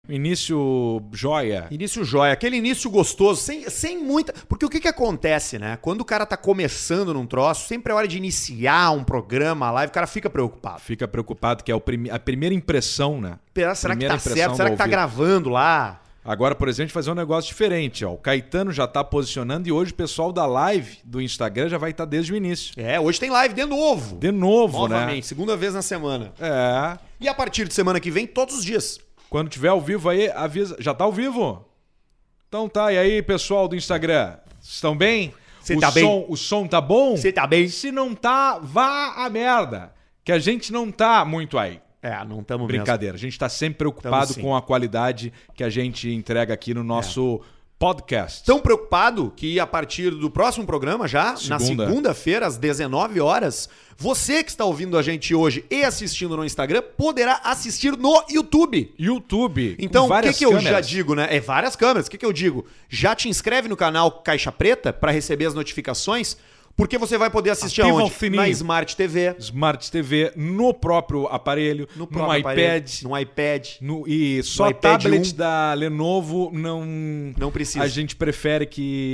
Início joia. Início joia, aquele início gostoso, sem muita... Porque o que acontece, né? Quando o cara tá começando num troço, sempre é hora de iniciar um programa, a live, o cara fica preocupado. Fica preocupado, que é a primeira impressão, né? Será que tá certo? Será que tá gravando lá? Agora, por exemplo, a gente vai fazer um negócio diferente, ó. O Caetano já tá posicionando e hoje o pessoal da live do Instagram já vai estar desde o início. Hoje tem live de novo. De novo, novamente, né? Segunda vez na semana. E a partir de semana que vem, todos os dias. Quando tiver ao vivo aí, avisa. Já tá ao vivo? Então tá. E aí, pessoal do Instagram? Estão bem? Você tá bem? O som tá bom? Você tá bem? Se não tá, vá a merda. Que a gente não tá muito aí. Não estamos Brincadeira. mesmo. A gente tá sempre preocupado com a qualidade que a gente entrega aqui no nosso podcast. Tão preocupado que a partir do próximo programa já, na segunda-feira, às 19 horas, você que está ouvindo a gente hoje e assistindo no Instagram, poderá assistir no YouTube. Então, o que eu já digo, né? Várias câmeras. O que eu digo? Já te inscreve no canal Caixa Preta para receber as notificações. Porque você vai poder assistir aonde? Na Smart TV. Smart TV, no próprio aparelho, no iPad. No iPad. E só no iPad tablet 1. da Lenovo não precisa. A gente prefere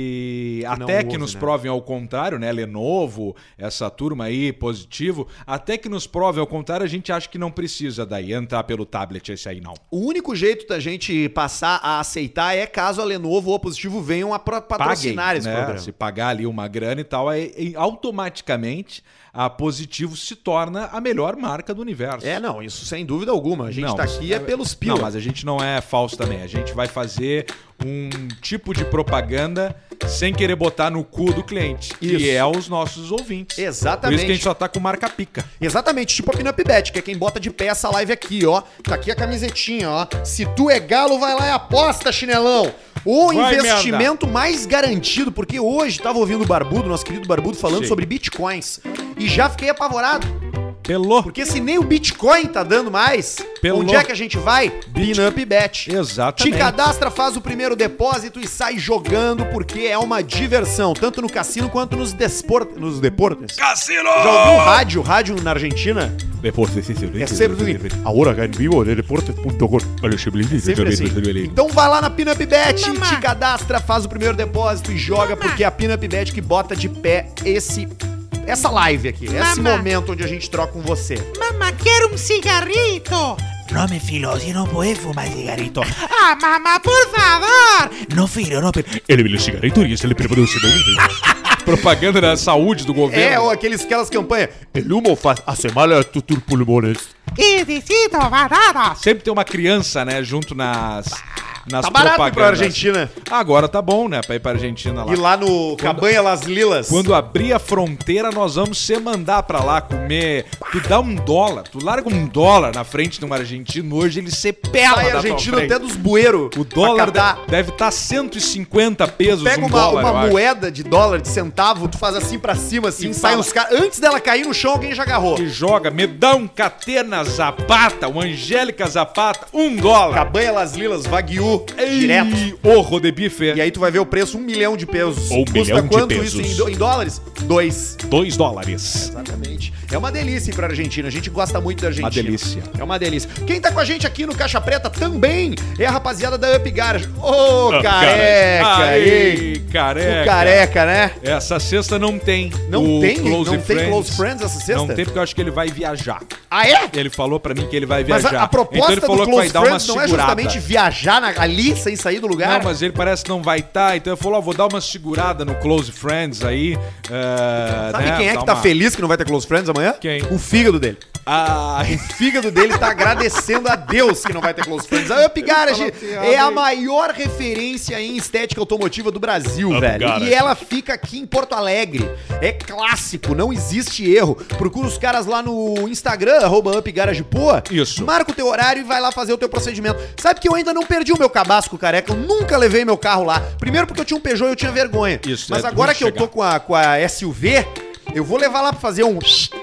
que nos provem ao contrário, né? Lenovo, essa turma aí, positivo. Até que nos provem ao contrário, a gente acha que não precisa daí entrar pelo tablet esse aí, não. O único jeito da gente passar a aceitar é caso a Lenovo ou a Positivo venham a patrocinar esse programa. Se pagar ali uma grana e tal, aí automaticamente a Positivo se torna a melhor marca do universo. Isso sem dúvida alguma. A gente tá aqui pelos pila. Não, mas a gente não é falso também. A gente vai fazer um tipo de propaganda sem querer botar no cu do cliente, que é os nossos ouvintes. Exatamente. Por isso que a gente só tá com marca pica. Exatamente, tipo a Pinup Bet, que é quem bota de pé essa live aqui, ó. Tá aqui a camisetinha, ó. Se tu é galo, vai lá e aposta, chinelão. O investimento mais garantido, porque hoje tava ouvindo o Barbudo, nosso querido Barbudo, falando sobre bitcoins. E já fiquei apavorado. Porque se nem o Bitcoin tá dando mais, onde é que a gente vai? Pinup Bet. Exatamente. Te cadastra, faz o primeiro depósito e sai jogando, porque é uma diversão, tanto no cassino quanto nos deportes. Cassino! Já ouviu rádio na Argentina? Deportes, sim. É sempre assim. Agora acá em vivo de deportes.com. Sempre assim. Então vai lá na Pinup Bet, te cadastra, faz o primeiro depósito e joga, porque é a Pinup Bet que bota de pé essa live aqui, esse momento onde a gente troca com você. Mamá, quero um cigarrito. No, mi filo, si no puedes fumar cigarrito. Mamá, por favor. No, filho, no, pero... Ele cigarrito e ele preparou o cigarrito. Propaganda da saúde do governo. Ou aquelas campanhas. El humo faz assemelha tus pulmões. E necessito baratas. Sempre tem uma criança, né, junto nas tá barato pra Argentina. Agora tá bom, né, pra ir pra Argentina lá. E lá no Cabanha Las Lilas. Quando abrir a fronteira, nós vamos se mandar pra lá comer. Tu dá $1, tu larga $1 na frente de um argentino, hoje ele se pela da argentino até dos bueiros. O dólar deve estar 150 pesos. Pega uma moeda de dólar, de centavo, tu faz assim pra cima, assim, sai os caras. Antes dela cair no chão, alguém já agarrou. E joga, me dá um Catena Zapata, um Angélica Zapata, $1. Cabanha Las Lilas, Wagyu. Direto. Orro de bife. E aí tu vai ver o preço, $1 milhão de pesos. Custa quanto isso em dólares? $2. Exatamente. É uma delícia ir pra Argentina. A gente gosta muito da Argentina. Uma delícia. É uma delícia. Quem tá com a gente aqui no Caixa Preta também é a rapaziada da Up Garage. Careca! Aí, careca. O careca, né? Essa sexta não tem. Não tem Close Friends essa sexta? Não tem, porque eu acho que ele vai viajar. Ah, é? Ele falou pra mim que ele vai viajar. Mas a proposta então ele falou do que vai Close dar uma Friends não é segurada. justamente viajar ali sem sair do lugar? Não, mas ele parece que não vai estar. Então ele falou, vou dar uma segurada no Close Friends aí. Sabe quem é que tá feliz que não vai ter Close Friends amanhã? Quem? O fígado dele. O fígado dele tá agradecendo a Deus que não vai ter Close Friends. A Up Garage é a maior referência em estética automotiva do Brasil, velho. Garage. E ela fica aqui em Porto Alegre. É clássico, não existe erro. Procura os caras lá no Instagram, @UpGaragePoa. Isso. Marca o teu horário e vai lá fazer o teu procedimento. Sabe que eu ainda não perdi o meu cabasco, careca. Eu nunca levei meu carro lá. Primeiro porque eu tinha um Peugeot e eu tinha vergonha. Isso, mas agora que eu tô com a SUV... Eu vou levar lá pra fazer um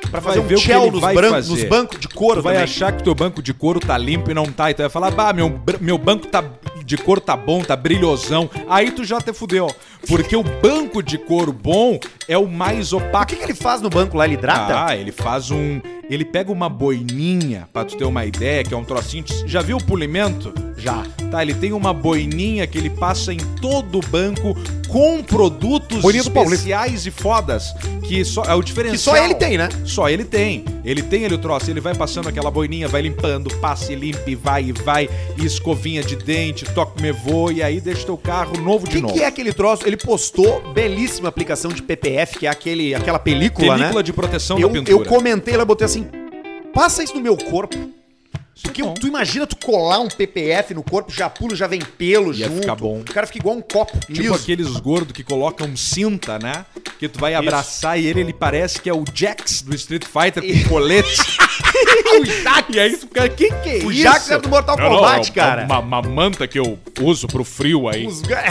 gel nos bancos de couro. Tu vai também. achar que teu banco de couro tá limpo e não tá. Então vai falar, meu banco tá de couro tá bom, tá brilhosão, aí tu já te fudeu. Porque o banco de couro bom é o mais opaco. O que ele faz no banco lá? Ele hidrata? Ah, ele faz ele pega uma boininha, pra tu ter uma ideia, que é um trocinho... Já viu o polimento? Já. Tá, ele tem uma boininha que ele passa em todo o banco com produtos especiais e fodas, que só é o diferencial. Que só ele tem, né? Só ele tem. Ele troço, ele vai passando aquela boininha, vai limpando, passa e limpa e vai, e escovinha de dente, toque me voa, e aí deixa teu carro novo de novo. O que é aquele troço? Ele postou belíssima aplicação de PPF, que é aquela película, né? Película de proteção da pintura. Eu comentei, ela botei assim, passa isso no meu corpo. Porque tu imagina tu colar um PPF no corpo, já pula, já vem pelo Ia junto. ficar bom. O cara fica igual um copo Tipo liso. aqueles gordos que colocam cinta, né? Que tu vai abraçar e ele parece que é o Jax do Street Fighter com colete. O Jax. E aí tu fica, que é isso? O Jax era do Mortal Kombat, cara. Uma manta que eu uso pro frio aí.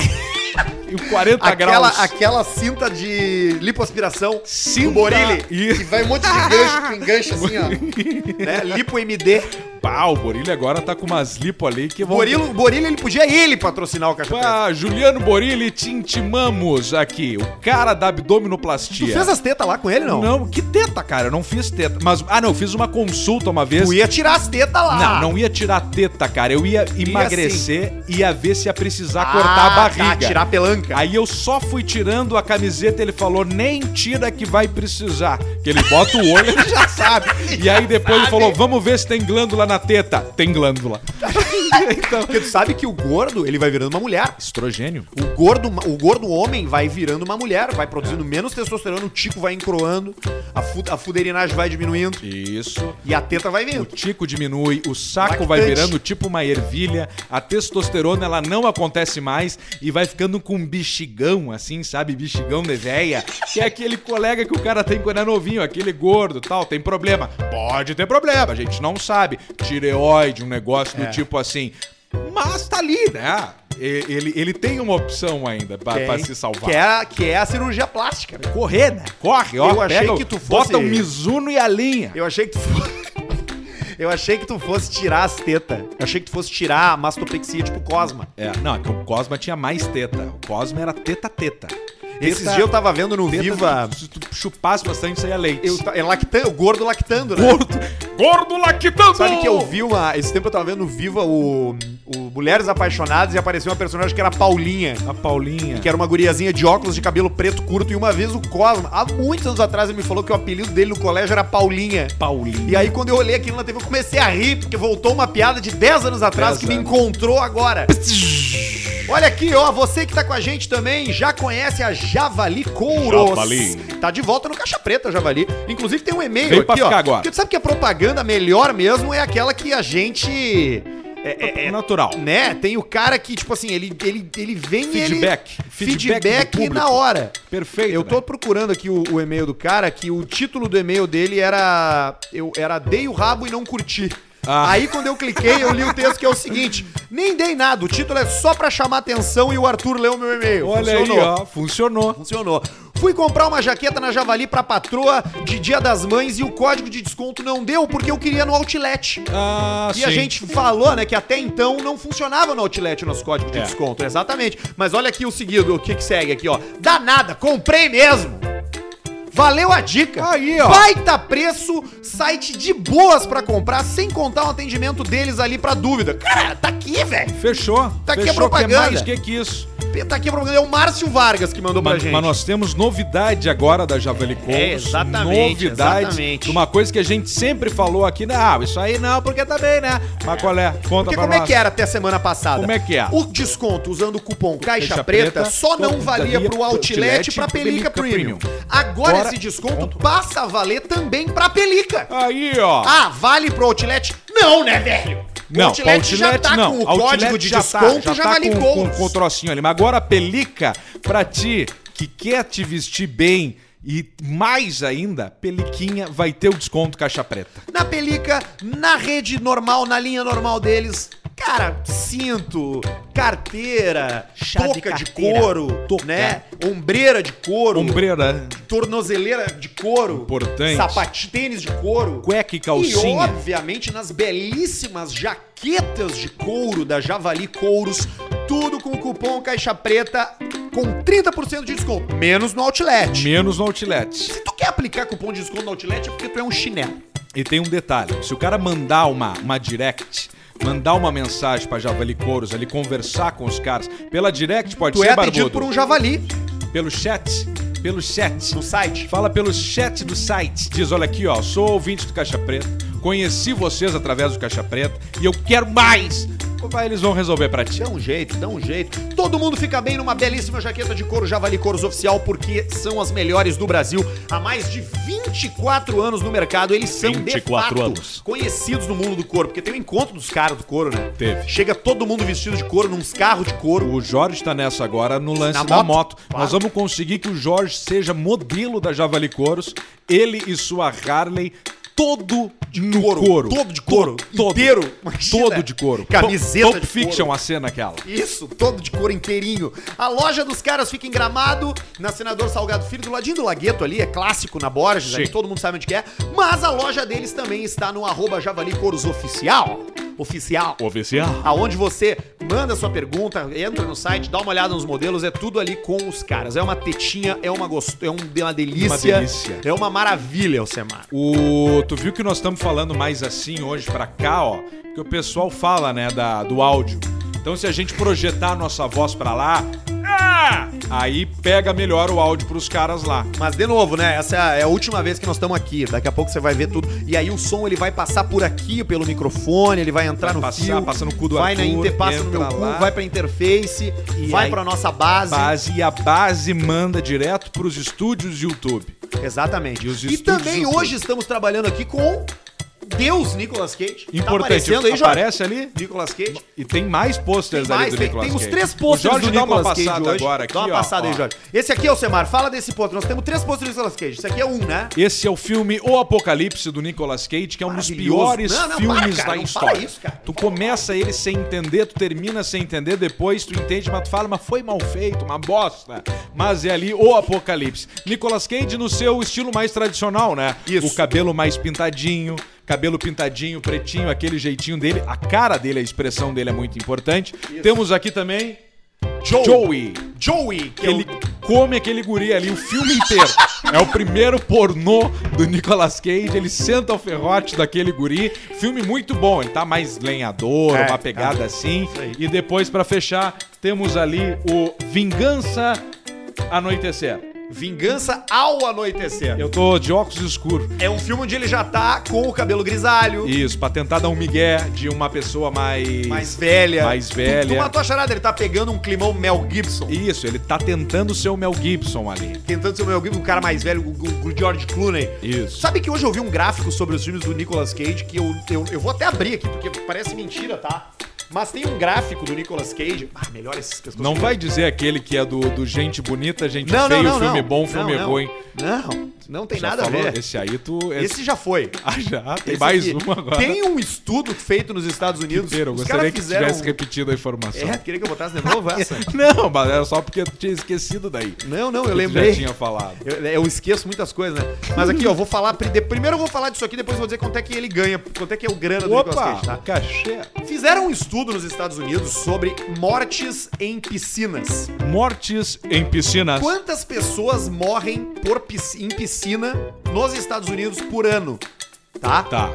E 40 graus. Aquela cinta de lipoaspiração Cinta. do Borilli. Isso. Que vai um monte de gancho, que engancha assim, ó. Né? Lipo MD. Pá, o Borilli agora tá com umas lipo ali que vão... O Borilli, ele podia patrocinar o Caixa Preta. Pá, Juliano Borilli, te intimamos aqui. O cara da abdominoplastia. Tu fez as tetas lá com ele, não? Não, que teta, cara? Eu não fiz teta. Mas, eu fiz uma consulta uma vez. Tu ia tirar as tetas lá. Não ia tirar teta, cara. Eu ia emagrecer e ia ver se ia precisar cortar a barriga. Tá, tirar a pelanca. Aí eu só fui tirando a camiseta, ele falou, nem tira que vai precisar. Que ele bota o olho, ele já sabe. E aí depois ele falou, vamos ver se tem glândula na teta. Tem glândula. Então, porque tu sabe que o gordo, ele vai virando uma mulher. Estrogênio. O gordo homem vai virando uma mulher, vai produzindo menos testosterona, o tico vai encroando, a fuderinagem vai diminuindo. Isso. E a teta vai O vindo. tico diminui, o saco Lactante. vai virando tipo uma ervilha, a testosterona ela não acontece mais e vai ficando com um bexigão, assim, sabe? Bexigão de véia, que é aquele colega que o cara tem quando é novinho, aquele gordo tal, tem problema. Pode ter problema, a gente não sabe. Tireoide, um negócio do tipo assim. Mas tá ali, né? Ele tem uma opção ainda pra se salvar. Que é a cirurgia plástica. Né? Correr, né? Corre, ó. Eu achei pega, que tu fosse... Bota o Mizuno e a linha. Eu achei que tu fosse tirar as tetas. Eu achei que tu fosse tirar a mastopexia tipo Cosma. Não, é que o Cosma tinha mais teta. O Cosma era teta. Esses dias eu tava vendo no Viva... Se tu chupasse bastante, saía leite. O gordo lactando, né? Gordo lactando! Sabe que eu vi esse tempo eu tava vendo no Viva o Mulheres Apaixonadas e apareceu uma personagem que era a Paulinha. A Paulinha. Que era uma guriazinha de óculos de cabelo preto curto. E uma vez o Cosma, há muitos anos atrás, ele me falou que o apelido dele no colégio era Paulinha. E aí quando eu olhei aquilo na TV, eu comecei a rir, porque voltou uma piada de 10 anos atrás que me encontrou agora. Olha aqui, ó, você que tá com a gente também já conhece a Javali Couros. Javali. Tá de volta no Caixa Preta, Javali. Inclusive tem um e-mail Veio aqui, pra ó. ficar agora. Porque tu sabe que a propaganda melhor mesmo é aquela que a gente... É natural. Né? Tem o cara que, tipo assim, ele vem Feedback. Feedback na hora. Perfeito. Eu tô procurando aqui o e-mail do cara, que o título do e-mail dele era Dei o rabo e não curti. Aí quando eu cliquei, eu li o texto que é o seguinte: nem dei nada, o título é só pra chamar atenção e o Arthur leu meu e-mail. Olha aí, ó, funcionou. Fui comprar uma jaqueta na Javali pra patroa de Dia das Mães e o código de desconto não deu porque eu queria no Outlet. Sim. A gente falou, né, que até então não funcionava no Outlet o nosso código de desconto. Exatamente. Mas olha aqui o seguido, o que segue aqui, ó. Dá nada, comprei mesmo. Valeu a dica. Aí, ó. Baita preço, site de boas pra comprar, sem contar o atendimento deles ali pra dúvida. Cara, tá aqui, velho. Fechou. Tá aqui a propaganda. Que mais que isso? Tá aqui a propaganda. É o Márcio Vargas que mandou pra gente. Mas nós temos novidade agora da Javali Couros. Exatamente. Novidade. Uma coisa que a gente sempre falou aqui. Não, isso aí não, porque também, né? Mas qual é? Conta porque pra como nós. É que era até semana passada? Como é que é? O desconto usando o cupom Caixa Preta só não valia pro Outlet e pra Pelica Premium. Agora esse desconto passa a valer também pra Pelica. Aí, ó. Vale pro Outlet? Não, né, velho? Não, o Outlet já tá com o código de desconto Javali Couros. Com o trocinho ali. Mas agora a Pelica, pra ti que quer te vestir bem e mais ainda, Peliquinha vai ter o desconto Caixa Preta. Na Pelica, na rede normal, na linha normal deles, Cara, cinto, carteira, Chá de touca de carteira. couro, né? Ombreira de couro, Ombreira, tornozeleira de couro, Importante. tênis de couro, cueca e e calcinha. obviamente nas belíssimas jaquetas de couro da Javali Couros, tudo com o cupom Caixa Preta com 30% de desconto, menos no Outlet. Menos no Outlet. Se tu quer aplicar cupom de desconto no Outlet é porque tu é um chinelo. E tem um detalhe, se o cara mandar uma direct, mandar uma mensagem pra Javali Couros ali, conversar com os caras, pela direct pode Tu ser, é atendido Barbudo. por um javali Pelo chat, no site. fala pelo chat do site, diz, olha aqui ó, sou ouvinte do Caixa Preta, conheci vocês através do Caixa Preta e eu quero mais. Vai, eles vão resolver pra ti. Dá um jeito, dá um jeito. Todo mundo fica bem numa belíssima jaqueta de couro Javali Couros Oficial, porque são as melhores do Brasil. Há mais de 24 anos no mercado, eles são 24 de fato anos. conhecidos no mundo do couro, porque tem o encontro dos caras do couro, né? Teve. Chega todo mundo vestido de couro, nos carros de couro. O Jorge tá nessa agora no lance Na da moto, moto. claro. Nós vamos conseguir que o Jorge seja modelo da Javali Couros, ele e sua Harley, todo no couro. Todo de couro. Todo. Inteiro. Imagina. Todo de couro. Camiseta Pulp de Fiction, couro. a cena aquela. Isso, todo de couro inteirinho. A loja dos caras fica em Gramado, na Senador Salgado Filho, do ladinho do Lagueto ali, é clássico na Borges, ali, todo mundo sabe onde que é. Mas a loja deles também está no @Javali Couros Oficial. Oficial. Aonde você manda sua pergunta, entra no site, dá uma olhada nos modelos, é tudo ali com os caras. É uma tetinha, é uma delícia. Uma delícia. É uma maravilha, Alcemar. Tu viu que nós estamos falando mais assim hoje pra cá, ó, porque o pessoal fala, né, do áudio. Então se a gente projetar a nossa voz pra lá, aí pega melhor o áudio pros caras lá. Mas de novo, né? Essa é a última vez que nós estamos aqui. Daqui a pouco você vai ver tudo. E aí o som ele vai passar por aqui pelo microfone, ele vai entrar Vai no passar, fio, passa no cu do vai Arthur, passa no meu entra cu, lá. vai pra interface, E vai aí- pra nossa base. E a base manda direto pros estúdios de YouTube. Exatamente. E os E estúdios também do YouTube. hoje estamos trabalhando aqui com Deus Nicolas Cage. Importante, Tá aparecendo aí, Jorge? aparece ali. Nicolas Cage. E tem mais posters Tem ali mais, do tem, Nicolas tem os Cage. 3 posters O Jorge do dá uma Nicolas Cage passada hoje. agora aqui, dá uma ó, passada aí, ó. Jorge. Esse aqui, Alcemar, fala desse posters. Nós temos 3 posters do Nicolas Cage. Esse aqui é um, né? Esse é o filme O Apocalipse do Nicolas Cage, que é um dos Maravilhoso. piores Não, filmes para, cara, da não história. fala isso, cara. Tu começa ele sem entender, tu termina sem entender, depois tu entende, mas tu fala, mas foi mal feito, uma bosta. Mas é ali O Apocalipse. Nicolas Cage no seu estilo mais tradicional, né? Isso. O cabelo mais pintadinho, cabelo pintadinho, pretinho, aquele jeitinho dele. A cara dele, a expressão dele é muito importante. Temos aqui também Joey. Joey, Ele come aquele guri ali o filme inteiro. É o primeiro pornô do Nicolas Cage. Ele senta o ferrote daquele guri. Filme muito bom. Ele tá mais lenhador, uma pegada assim. aí. E depois, pra fechar, temos ali o Vingança Anoitecer. Vingança ao Anoitecer. Eu tô de óculos escuros. É um filme onde ele já tá com o cabelo grisalho, Isso, pra tentar dar um migué de uma pessoa mais velha. Mais velha. Tu matou a charada, ele tá pegando um climão Mel Gibson. Isso, ele tá tentando ser o Mel Gibson ali. Tentando ser o Mel Gibson, um cara mais velho, o George Clooney. Isso. Sabe que hoje eu vi um gráfico sobre os filmes do Nicolas Cage que eu vou até abrir aqui, porque parece mentira, tá? Mas tem um gráfico do Nicolas Cage. Ah, melhor esses pessoas. Não vai dizer aquele que é do gente bonita, gente Não, feio, não, filme não. bom, filme Não, ruim. Não tem Já nada falou? a ver. Esse aí tu... Esse já foi. Ah, já? Tem Esse mais aqui. um agora. Tem um estudo feito nos Estados Unidos. Inteiro. Eu Os gostaria caras que fizeram... tivesse repetido a informação. É, queria que eu botasse de novo essa? Não, mas era só porque tu tinha esquecido daí. Não, eu Que tu lembrei. já tinha falado. Eu esqueço muitas coisas, né? Mas aqui, ó, vou falar... Primeiro eu vou falar disso aqui, depois eu vou dizer quanto é que ele ganha, quanto é que é o grana do Nicolas Opa, Cage, tá? cachê. Fizeram um estudo nos Estados Unidos sobre mortes em piscinas. Mortes em piscinas. Quantas pessoas morrem em piscina nos Estados Unidos por ano? Tá? Tá.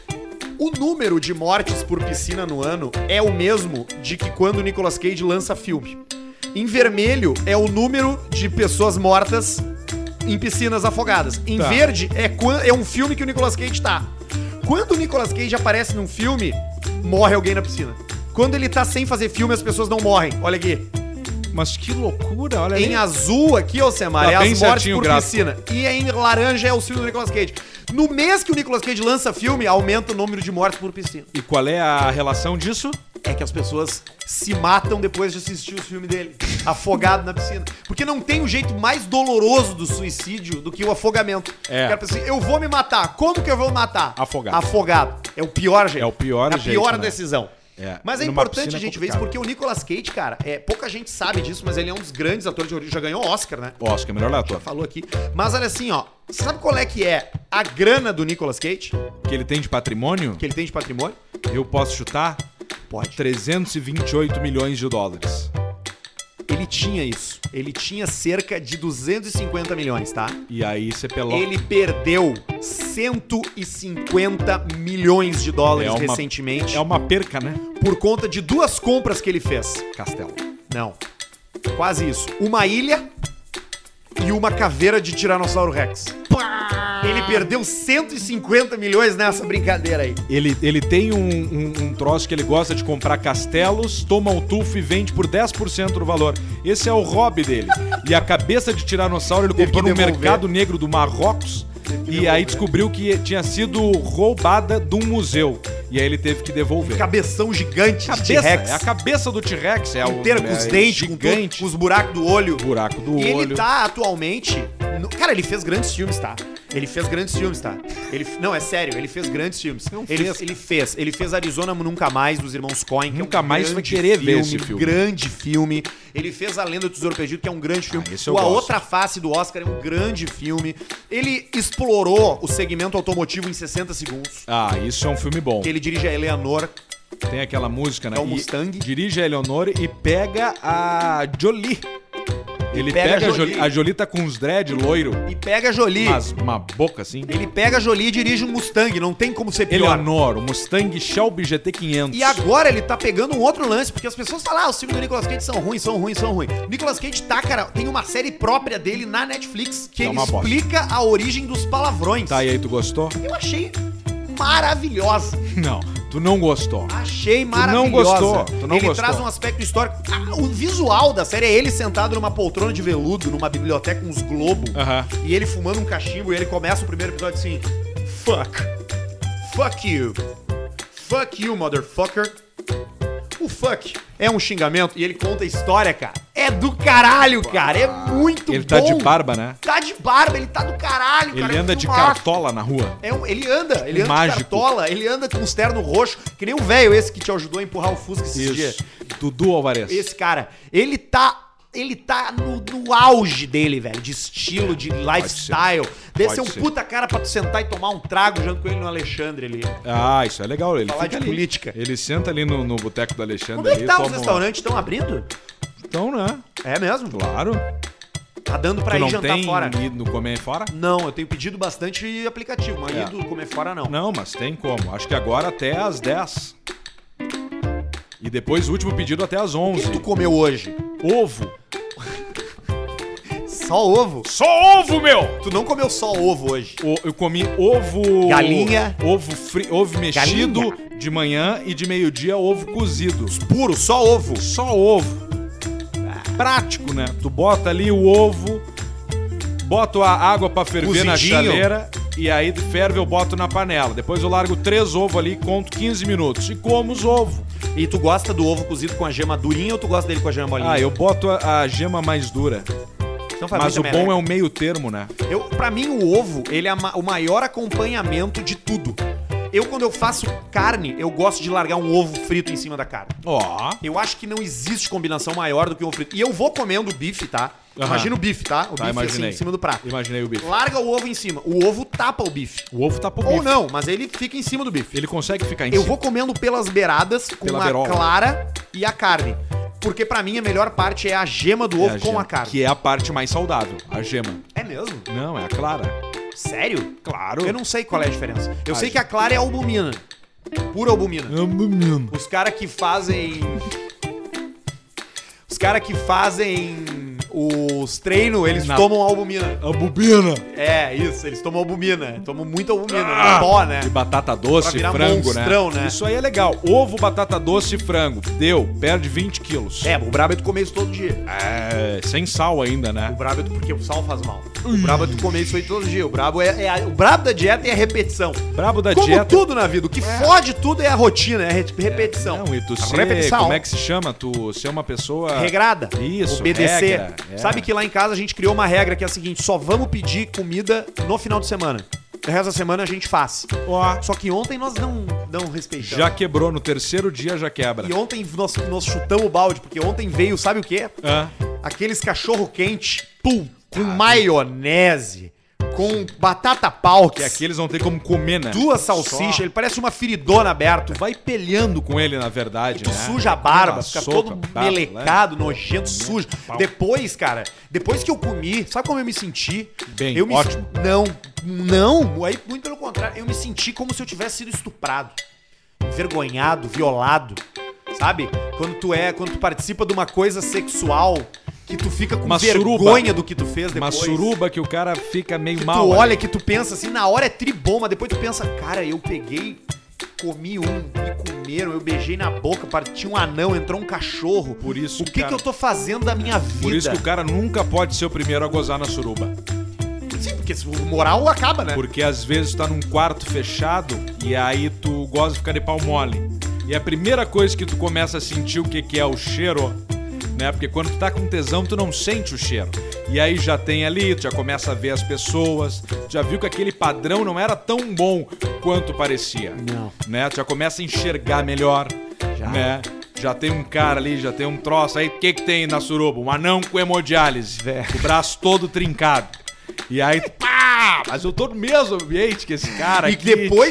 O número de mortes por piscina no ano é o mesmo de que quando o Nicolas Cage lança filme. Em vermelho é o número de pessoas mortas em piscinas afogadas. Em Tá. verde é um filme que o Nicolas Cage tá. Quando o Nicolas Cage aparece num filme, morre alguém na piscina. Quando ele tá sem fazer filme, as pessoas não morrem. Olha aqui. Mas que loucura, olha Em aí. azul aqui, Alcemar, Tá é bem as mortes certinho o por gráfico. piscina. E em laranja é o filme do Nicolas Cage. No mês que o Nicolas Cage lança filme, aumenta o número de mortes por piscina. E qual é a relação disso? É que as pessoas se matam depois de assistir o filme dele, afogado na piscina. Porque não tem um jeito mais doloroso do suicídio do que o afogamento. É. O cara pensa assim, eu vou me matar. Como que eu vou me matar? Afogado. Afogado. É o pior jeito. É o pior É a jeito, pior né? decisão. Mas é importante a gente ver isso, porque o Nicolas Cage, cara, pouca gente sabe disso, mas ele é um dos grandes atores de origem, já ganhou Oscar, né? Oscar, melhor ator. Já falou aqui. Mas olha assim, ó, sabe qual é que é a grana do Nicolas Cage? Que ele tem de patrimônio? Que ele tem de patrimônio? Eu posso chutar? Pode. 328 milhões de dólares. Ele tinha isso. Ele tinha cerca de 250 milhões, tá? E aí você pelou. Ele perdeu 150 milhões de dólares recentemente. É uma perca, né? Por conta de 2 compras que ele fez. Castelo. Não. Quase isso. Uma ilha e uma caveira de Tiranossauro Rex. Ele perdeu 150 milhões nessa brincadeira aí. Ele tem um troço que ele gosta de comprar castelos, toma um tufo e vende por 10% do valor. Esse é o hobby dele. E a cabeça de Tiranossauro ele comprou no mercado negro do Marrocos. E aí descobriu que tinha sido roubada de um museu. E aí ele teve que devolver. Cabeção gigante de T-Rex. É a cabeça do T-Rex. Inteira com os dentes, gigante. Com os buracos do olho. Buraco do olho. E ele tá atualmente... Cara, ele fez grandes filmes, tá? Ele fez grandes filmes, tá? Não, é sério, ele fez grandes filmes. Ele fez Arizona Nunca Mais, dos irmãos Coen. Nunca mais vai querer ver esse filme. Grande filme. Ele fez A Lenda do Tesouro Perdido, que é um grande filme. A Outra Face do Oscar é um grande filme. Ele explorou o segmento automotivo em 60 segundos. Ah, isso é um filme bom. Que ele dirige a Eleanor. Tem aquela música, né? É o Mustang. Dirige a Eleanor e pega a Jolie. Ele pega a Jolie tá com uns dread loiro. E pega a Jolie. Mas uma boca assim. Ele pega a Jolie e dirige um Mustang, não tem como ser pior. Eleanor, o Mustang Shelby GT500. E agora ele tá pegando um outro lance, porque as pessoas falam, os filmes do Nicolas Cage são ruins. O Nicolas Cage cara, tem uma série própria dele na Netflix, que ele explica a origem dos palavrões. Tá, e aí tu gostou? Eu achei maravilhosa. Não. Tu não gostou. Achei maravilhosa. Tu não gostou. Ele traz um aspecto histórico. O visual da série é ele sentado numa poltrona de veludo, numa biblioteca com uns globos. E ele fumando um cachimbo. E ele começa o primeiro episódio assim: Fuck you. Fuck you, motherfucker. O fuck é um xingamento e ele conta a história, cara. É do caralho, cara. É muito bom. Ele tá de barba, né? Tá de barba, ele tá do caralho, cara. Ele anda de cartola na rua. Ele anda de cartola, ele anda com uns terno roxo, que nem o velho esse que te ajudou a empurrar o Fusca esses dias. Dudu Alvarez. Esse cara, ele tá no auge dele, velho, de estilo, de lifestyle. Deve ser um puta cara pra tu sentar e tomar um trago junto com ele no Alexandre ali. Ah, isso é legal. Ele falar de ali. Política. Ele senta ali no boteco do Alexandre. Como é que tá os restaurantes? Estão abrindo? Então, né? É mesmo? Claro. Tá dando pra ir jantar fora. Tu não tem ido comer fora? Não, eu tenho pedido bastante aplicativo, mas ido comer fora não. Não, mas tem como. Acho que agora até às 10. E depois o último pedido até às 11. O que tu comeu hoje? Ovo. Só ovo? Só ovo, meu! Tu não comeu só ovo hoje? Eu comi ovo... Galinha. Ovo mexido de manhã e de meio-dia ovo cozido. Puro, só ovo? Só ovo. Prático, né? Tu bota ali o ovo, boto a água pra ferver na chaleira e aí ferve eu boto na panela. Depois eu largo 3 ovos ali, conto 15 minutos e como os ovos. E tu gosta do ovo cozido com a gema durinha ou tu gosta dele com a gema molinha? Ah, eu boto a gema mais dura. Mas o bom é o meio termo, né? Pra mim, o ovo, ele é o maior acompanhamento de tudo. Quando eu faço carne, eu gosto de largar um ovo frito em cima da carne. Eu acho que não existe combinação maior do que um ovo frito. E eu vou comendo bife, tá? Imagina o bife, tá? O bife assim, em cima do prato. Imaginei o bife. Larga o ovo em cima. O ovo tapa o bife. O ovo tapa o bife. Ou não, mas ele fica em cima do bife. Ele consegue ficar em cima. Eu vou comendo pelas beiradas com a clara e a carne. Porque pra mim a melhor parte é a gema do ovo com a carne. Que é a parte mais saudável, a gema. É mesmo? Não, é a clara. Sério? Claro. Eu não sei qual é a diferença. Eu sei que a clara é albumina. Pura albumina. Albumina. Os caras que fazem os treinos, eles tomam albumina. Albumina. É, isso, eles tomam albumina. Tomam muita albumina. Pó, né? E batata doce, frango, monstrão, né? Isso aí é legal. Ovo, batata doce e frango. Deu, perde 20 quilos. O brabo é tu comer isso todo dia. Sem sal ainda, né? O brabo é porque o sal faz mal. O brabo é tu comer isso aí todo dia. O brabo o brabo da dieta é a repetição. Brabo da Como dieta. tudo na vida. O que fode tudo é a rotina, é a repetição. Não, e tu ser, como é que se chama? Tu ser uma pessoa... Regrada. Isso, obedecer. Regra. Sabe que lá em casa a gente criou uma regra que é a seguinte: só vamos pedir comida no final de semana. O resto da semana a gente faz. Só que ontem nós não respeitamos. Já quebrou, no terceiro dia já quebra. E ontem nós chutamos o balde, porque ontem veio, sabe o quê? Ah. Aqueles cachorro quente, com maionese, com batata pau, Que aqui eles não tem como comer, né? duas salsichas, ele parece uma feridona aberta. Tu vai pelhando com ele, na verdade, Tu né? suja a barba, Aquela fica sopa, todo barba, melecado, nojento, sujo. Depois, cara, depois que eu comi, sabe como eu me senti? Bem, eu me ótimo. Não, aí muito pelo contrário, eu me senti como se eu tivesse sido estuprado, envergonhado, violado, sabe? Quando tu participa de uma coisa sexual que tu fica com Uma vergonha suruba. do que tu fez Uma depois. suruba que o cara fica meio Que mal. tu olha, que tu pensa assim, na hora é tribom, mas depois tu pensa, cara, eu peguei, comi me comeram, eu beijei na boca, parti um anão, entrou um cachorro. Por isso, o que cara, que eu tô fazendo da minha vida? Por isso que o cara nunca pode ser o primeiro a gozar na suruba. Sim, porque o moral acaba, né? Porque às vezes tá num quarto fechado e aí tu gosta de ficar de pau mole. E a primeira coisa que tu começa a sentir o que é o cheiro, né? Porque quando tu tá com tesão, tu não sente o cheiro. E aí já tem ali, tu já começa a ver as pessoas, já viu que aquele padrão não era tão bom quanto parecia. Não. Né? Tu já começa a enxergar melhor, Já. né? Já tem um cara ali, já tem um troço. Aí o que tem na suruba? Um anão com hemodiálise, o braço todo trincado. E aí, pá! Mas eu tô no mesmo ambiente que esse cara E aqui.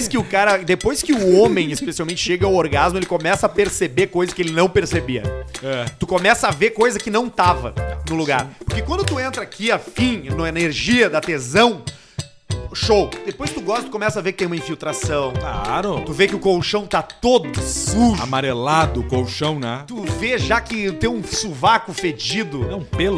depois que o homem, especialmente, chega ao orgasmo, ele começa a perceber coisas que ele não percebia. É. Tu começa a ver coisa que não tava no lugar. Porque quando tu entra aqui afim, na energia da tesão, show. Depois tu gosta, tu começa a ver que tem uma infiltração. Claro. Tu vê que o colchão tá todo sujo. Amarelado o colchão, né? Tu vê já que tem um sovaco fedido. É um pelo,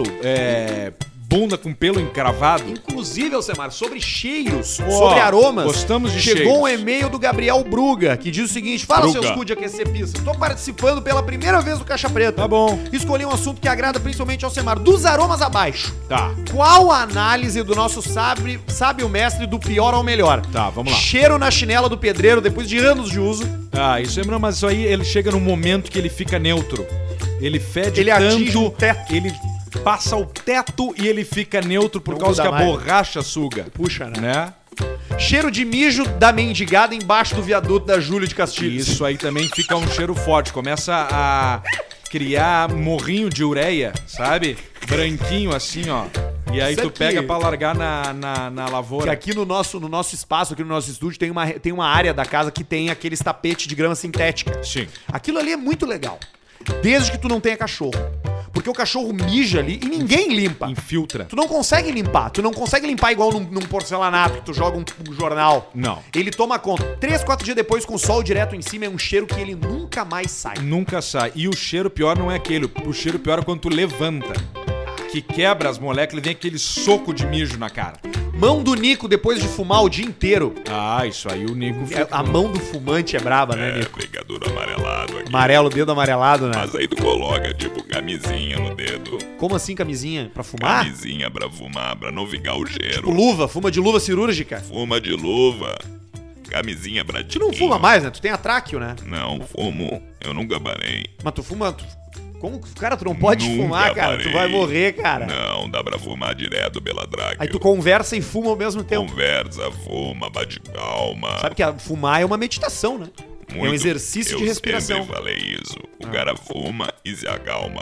bunda com pelo encravado. Inclusive, Alcemar, sobre cheiros, Ó, sobre aromas. gostamos de Chegou um cheiros. e-mail do Gabriel Bruga, que diz o seguinte: fala, Bruga. seus cu de aquecer pizza. Tô participando pela primeira vez do Caixa Preta. Tá bom. Escolhi um assunto que agrada principalmente ao Alcemar. Dos aromas abaixo. Tá. Qual a análise do nosso sábio mestre do pior ao melhor? Tá, vamos lá. Cheiro na chinela do pedreiro depois de anos de uso. Ah, isso é, não, mas isso aí ele chega num momento que ele fica neutro. Ele fede Ele tanto, atinge um teto. ele passa o teto e ele fica neutro por Não causa que muda a mais. borracha suga. Puxa, né? Né? Cheiro de mijo da mendigada embaixo do viaduto da Júlio de Castilhos. Isso aí também fica um cheiro forte. Começa a criar morrinho de ureia, sabe? Branquinho assim, ó. E aí Sabe tu pega que- pra largar na Que lavoura. aqui no nosso espaço, aqui no nosso estúdio, tem uma área da casa que tem aqueles tapetes de grama sintética. Sim. Aquilo ali é muito legal. Desde que tu não tenha cachorro. Porque o cachorro mija ali e ninguém limpa. Infiltra. Tu não consegue limpar. Tu não consegue limpar igual num porcelanato que tu joga um jornal. Não. Ele toma conta. 3, 4 dias depois, com o sol direto em cima, é um cheiro que ele nunca mais sai. Nunca sai. E o cheiro pior não é aquele. O cheiro pior é quando tu levanta. Que quebra as moléculas e vem aquele soco de mijo na cara. Mão do Nico depois de fumar o dia inteiro. Ah, isso aí o Nico fica... A mão do fumante é braba, né, Nico? Brigadeiro amarelado aqui. Amarelo, dedo amarelado, né? Mas aí tu coloca, tipo, camisinha no dedo. Como assim camisinha? Pra fumar? Camisinha pra fumar, pra não ficar o cheiro. Tipo luva, fuma de luva cirúrgica. Fuma de luva. Camisinha pra Tu não fuma mais, né? Tu tem atráqueo, né? Não, fumo. Eu nunca parei. Mas tu fuma... Como que... Cara, tu não pode Nunca fumar, cara. Tu parei. vai morrer, cara. Não, dá pra fumar direto pela tráqueo. Aí tu conversa e fuma ao mesmo tempo. Conversa, fuma, bate palma. Sabe que fumar é uma meditação, né? É um exercício de respiração. Eu sempre falei isso. O cara fuma e se acalma.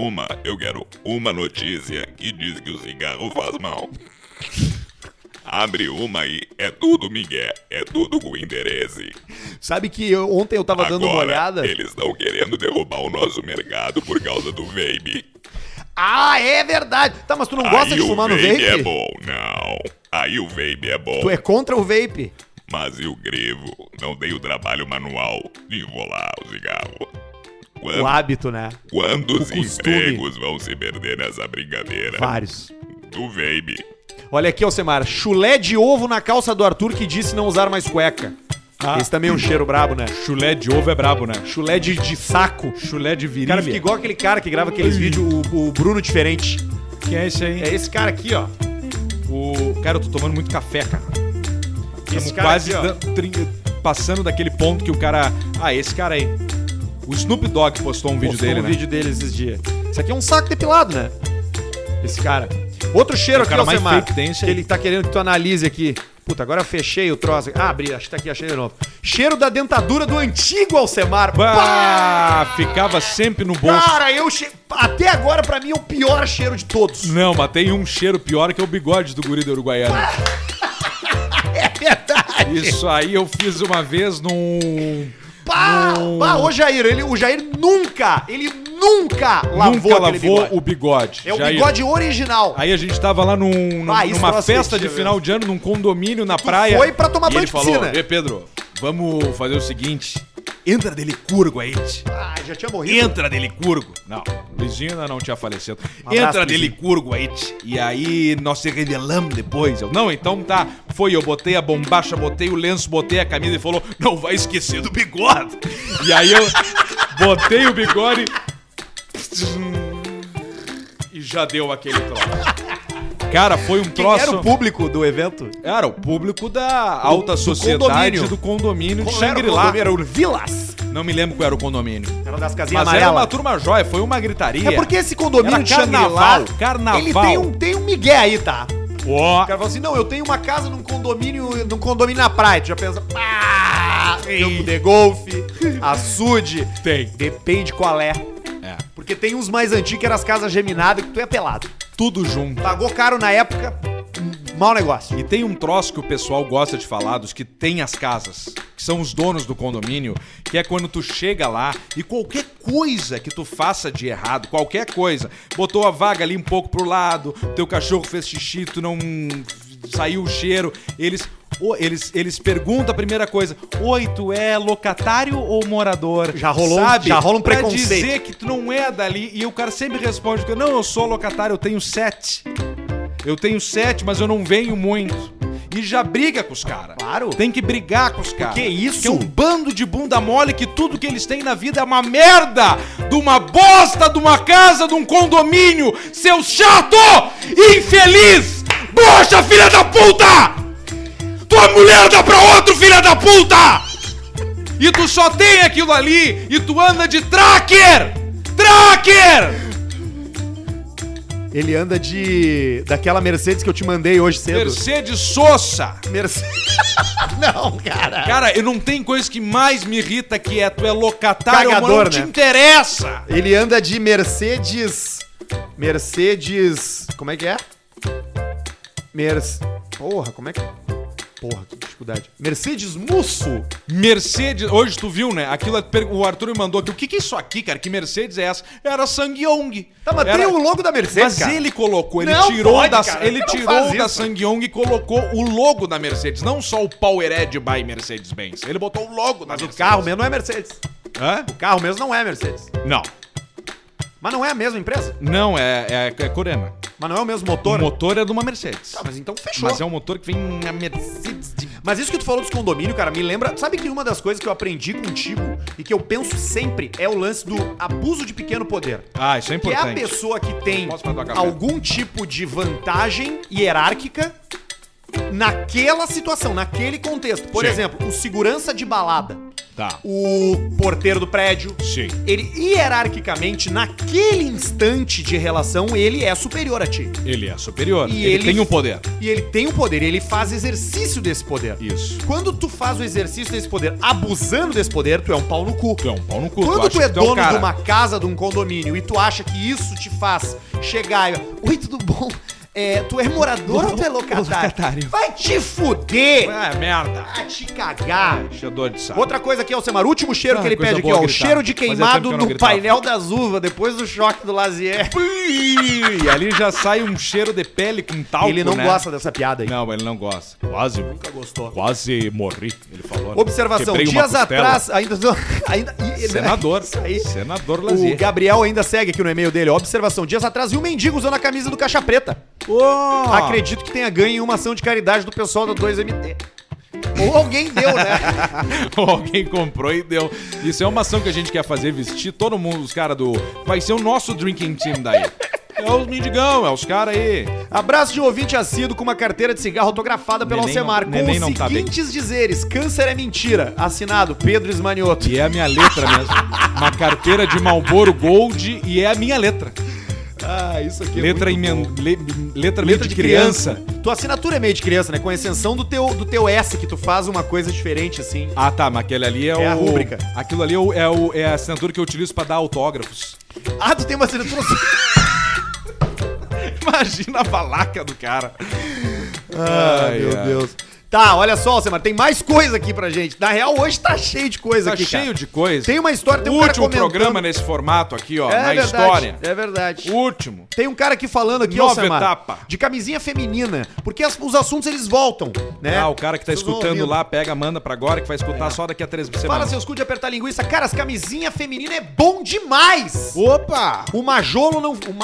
Eu quero uma notícia que diz que o cigarro faz mal. Abre uma aí, é tudo migué, é tudo com interesse. Sabe que ontem eu tava dando uma Agora, olhada... eles estão querendo derrubar o nosso mercado por causa do vape. Ah, é verdade! Tá, mas tu não gosta de fumar no Aí o vape? é bom, não. Aí o vape é bom. Tu é contra o vape? Mas eu grevo, não dei o trabalho manual de enrolar o cigarro. O hábito, né? Quantos o costume. empregos vão se perder nessa brincadeira? Vários. Do vape. Olha aqui, Alcemar. Chulé de ovo na calça do Arthur que disse não usar mais cueca. Esse também é um cheiro brabo, né? Chulé de ovo é brabo, né? Chulé de saco. Chulé de O virilha. cara fica igual aquele cara que grava aqueles vídeos, o Bruno Diferente. Quem é esse aí? É esse cara aqui, ó. Cara, eu tô tomando muito café, cara. Esse Estamos cara quase aqui, ó. passando daquele ponto que o cara... Ah, esse cara aí. O Snoop Dogg postou um vídeo Postou dele, um né? vídeo dele esses dias. Isso aqui é um saco depilado, né? Esse cara. Outro cheiro É o aqui, cara mais Alcemar, fake que tem esse que aí. ele tá querendo que tu analise aqui. Puta, agora eu fechei o troço. Ah, abri, acho que tá aqui, achei de novo. Cheiro da dentadura do antigo Alcemar. Bah, ficava sempre no bolso. Cara, até agora pra mim é o pior cheiro de todos. Não, mas tem um cheiro pior que é o bigode do guri da Uruguaiana. É verdade. Isso aí eu fiz uma vez num... O Jair nunca lavou o bigode. É o bigode original. Aí a gente tava lá numa festa de final de ano, num condomínio na praia. Foi pra tomar banho de piscina. Ele falou, Pedro, vamos fazer o seguinte, entra de Licurgo aí. Já tinha morrido. Entra de Licurgo. Não, Luizinho ainda não tinha falecido. Entra de Licurgo aí. E aí nós se revelamos depois. Não, então tá. Eu botei a bombacha, botei o lenço, botei a camisa e falou, não vai esquecer do bigode. E aí eu botei o bigode e já deu aquele troço. Cara, foi um troço... Quem era o público do evento? Era o público da alta sociedade do condomínio de Xangri-Lá. Era o Vilas. Não me lembro qual era o condomínio. Era das casinhas amarelas. Mas era uma turma jóia, foi uma gritaria. É porque esse condomínio de Xangri-Lá... Carnaval. Ele tem um migué aí, tá? O cara falou assim, não, eu tenho uma casa num condomínio na praia. Tu já pensa, campo de golfe, açude. Tem. Depende qual é. Porque tem uns mais antigos que eram as casas geminadas que tu é pelado. Tudo junto. Pagou caro na época, mau negócio. E tem um troço que o pessoal gosta de falar, dos que tem as casas, que são os donos do condomínio, que é quando tu chega lá e qualquer coisa que tu faça de errado, qualquer coisa, botou a vaga ali um pouco pro lado, teu cachorro fez xixi, tu não saiu o cheiro, eles perguntam a primeira coisa, oi, tu é locatário ou morador? Já rola um preconceito. Pra dizer que tu não é dali, e o cara sempre responde, não, eu sou locatário, eu tenho 7. Eu tenho 7, mas eu não venho muito. E já briga com os caras. Claro. Tem que brigar com os caras. Que isso? Que é um bando de bunda mole que tudo que eles têm na vida é uma merda, de uma bosta, de uma casa, de um condomínio. Seu chato! Infeliz! Broxa, filha da puta! Tua mulher dá pra outro, filha da puta! E tu só tem aquilo ali e tu anda de tracker! Tracker! Ele anda daquela Mercedes que eu te mandei hoje cedo. Mercedes Sosa. Não, cara. Cara, não tem coisa que mais me irrita que tu é locatário, cagador, não te interessa. Ele anda de Mercedes... Como é que é? Porra, como é que... Porra, que dificuldade. Mercedes Musso. Mercedes, hoje tu viu, né? Aquilo, o Arthur me mandou aqui. O que é isso aqui, cara? Que Mercedes é essa? Era Sangyong. Tá, mas tem o logo da Mercedes, mas cara. Ele colocou, ele não tirou pode, da, cara, ele tirou da Sangyong e colocou o logo da Mercedes. Não só o Powered by Mercedes-Benz. Ele botou o logo da Mercedes. Mas o carro mesmo não é Mercedes. Hã? O carro mesmo não é Mercedes. Não. Mas não é a mesma empresa? Não, é coreana. Mas não é o mesmo motor? O motor é de uma Mercedes. Tá, mas então fechou. Mas é um motor que vem na Mercedes de... Mas isso que tu falou dos condomínios, cara, me lembra... Sabe que uma das coisas que eu aprendi contigo e que eu penso sempre é o lance do abuso de pequeno poder. Ah, isso é importante. Que é a pessoa que tem algum tipo de vantagem hierárquica naquela situação, naquele contexto. Por exemplo, o segurança de balada. Tá. O porteiro do prédio. Sim. Ele, hierarquicamente, naquele instante de relação, ele é superior a ti. Ele é superior. E ele tem um poder. E ele tem um poder. E ele faz exercício desse poder. Isso. Quando tu faz o exercício desse poder, abusando desse poder, tu é um pau no cu. Tu é um pau no cu. Quando tu é dono de uma casa, de um condomínio, e tu acha que isso te faz chegar e... Oi, tudo bom? Tu é morador ou tu é locatário? Vai te fuder! É, merda. Vai te cagar. Enchedor de saco. Outra coisa aqui, Alcemar, o último cheiro que ele pede aqui, ó. O cheiro de queimado no painel das uvas, depois do choque do Lazier. E ali já sai um cheiro de pele com talco, ele não gosta dessa piada aí. Não, ele não gosta. Quase. Nunca gostou. Quase morri, ele falou. Observação, dias atrás... Senador. Senador Lazier. O Gabriel ainda segue aqui no e-mail dele. Observação, dias atrás vi um mendigo usando a camisa do Caixa Preta. Oh. Acredito que tenha ganho em uma ação de caridade do pessoal do 2MT. Ou alguém deu, né? Ou alguém comprou e deu. Isso é uma ação que a gente quer fazer, vestir todo mundo, os caras do... Vai ser o nosso drinking team daí. É os mendigão, é os caras aí. Abraço de um ouvinte assíduo com uma carteira de cigarro autografada pelo Alcemar. Com os seguintes dizeres: câncer é mentira. Assinado Pedro Esmanioto. E é a minha letra mesmo. Uma carteira de Marlboro Gold e é a minha letra. Ah, isso aqui letra é letra de criança. Tua assinatura é meio de criança, né? Com exceção do teu S, que tu faz uma coisa diferente, assim. Ah, tá, mas aquele ali é a rúbrica. Aquilo ali é a assinatura que eu utilizo pra dar autógrafos. Ah, tu tem uma assinatura... Imagina a balaca do cara. Ai, meu Deus. Tá, olha só, Alcemar, tem mais coisa aqui pra gente. Na real, hoje tá cheio de coisa aqui, cheio cara. de coisa. Tem uma história, tem um o cara último comentando... programa nesse formato aqui, ó, É na verdade, história. É verdade. O último. Tem um cara aqui falando aqui, Nova Alcemar, etapa. de camisinha feminina, porque os assuntos eles voltam, né? Ah, o cara que tá Vocês vão escutando ouvindo. lá, pega, manda pra agora, que vai escutar só daqui a 3 semanas. Fala, seus cu de apertar linguiça. Cara, as camisinha feminina é bom demais. Opa! O Majolo não... O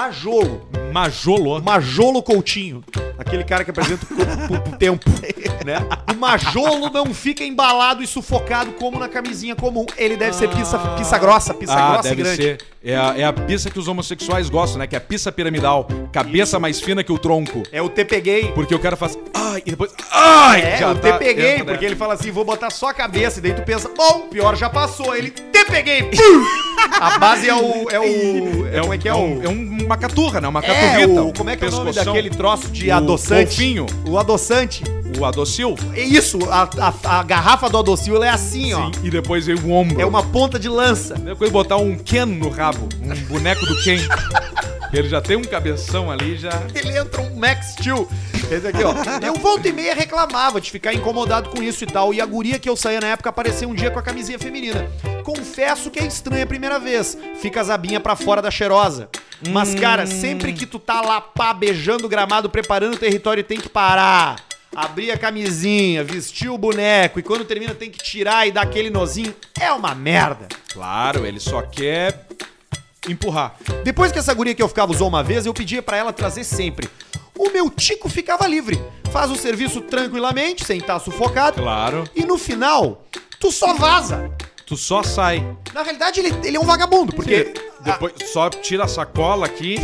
Majolo Coutinho. Aquele cara que apresenta o tempo, né? O Majolo não fica embalado e sufocado como na camisinha comum. Ele deve ser pizza grossa deve e grande. Ser. É a pizza que os homossexuais gostam, né? Que é a pizza piramidal. Cabeça mais fina que o tronco. É o te peguei. Porque o cara faz... Ai, e depois... Ai! É, já eu tá, te peguei, entra, porque né? ele fala assim, vou botar só a cabeça. E daí tu pensa, bom, pior já passou. Ele, te peguei. Pum! A base como é que é o... É uma caturra, né? Uma É, caturrita. como é que é o nome pescoção. daquele troço de O adoçante? golfinho. O adoçante. O adocil. É isso, a garrafa do adocil ela é assim, ó. E depois vem o ombro. É uma ponta de lança. Depois botar um Ken no rabo. Um boneco do Ken. Ele já tem um cabeção ali, já... Ele entra um Max Steel. Esse aqui, ó. Eu volta e meia reclamava de ficar incomodado com isso e tal. E a guria que eu saía na época apareceu um dia com a camisinha feminina. Confesso que é estranha a primeira vez. Fica a zabinha pra fora da cheirosa. Mas, cara, sempre que tu tá lá, pá, beijando o gramado, preparando o território, tem que parar. Abrir a camisinha, vestir o boneco. E quando termina tem que tirar e dar aquele nozinho. É uma merda. Claro, ele só quer empurrar. Depois que essa guria que eu ficava usou uma vez, eu pedia pra ela trazer sempre. O meu tico ficava livre. Faz o serviço tranquilamente, sem estar sufocado. Claro. E no final, tu só vaza. Tu só sai. Na realidade, ele é um vagabundo, porque... Depois só tira a sacola aqui.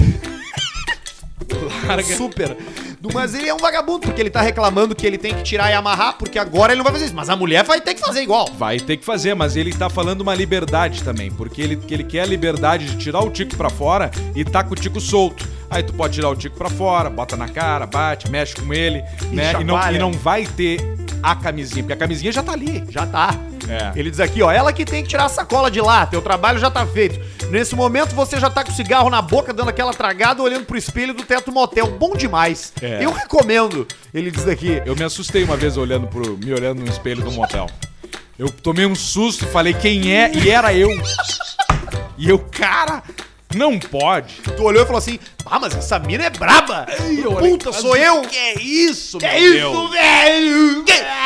Larga. Super. Mas ele é um vagabundo, porque ele tá reclamando que ele tem que tirar e amarrar, porque agora ele não vai fazer isso. Mas a mulher vai ter que fazer igual. Vai ter que fazer, mas ele tá falando uma liberdade também, porque ele quer a liberdade de tirar o tico pra fora e tá com o tico solto. Aí tu pode tirar o tico pra fora, bota na cara, bate, mexe com ele, né? E não vai ter a camisinha, porque a camisinha já tá ali. Já tá. É. Ele diz aqui, ó, ela que tem que tirar a sacola de lá, teu trabalho já tá feito. Nesse momento você já tá com o cigarro na boca, dando aquela tragada, olhando pro espelho do teto motel. Bom demais. É. Eu recomendo. Ele diz aqui. Eu me assustei uma vez me olhando no espelho do motel. Eu tomei um susto e falei quem é, e era eu. E eu, cara, não pode. Tu olhou e falou assim, mas essa mina é braba. eu olhei, Puta, sou eu. Que é isso, Que é isso, velho?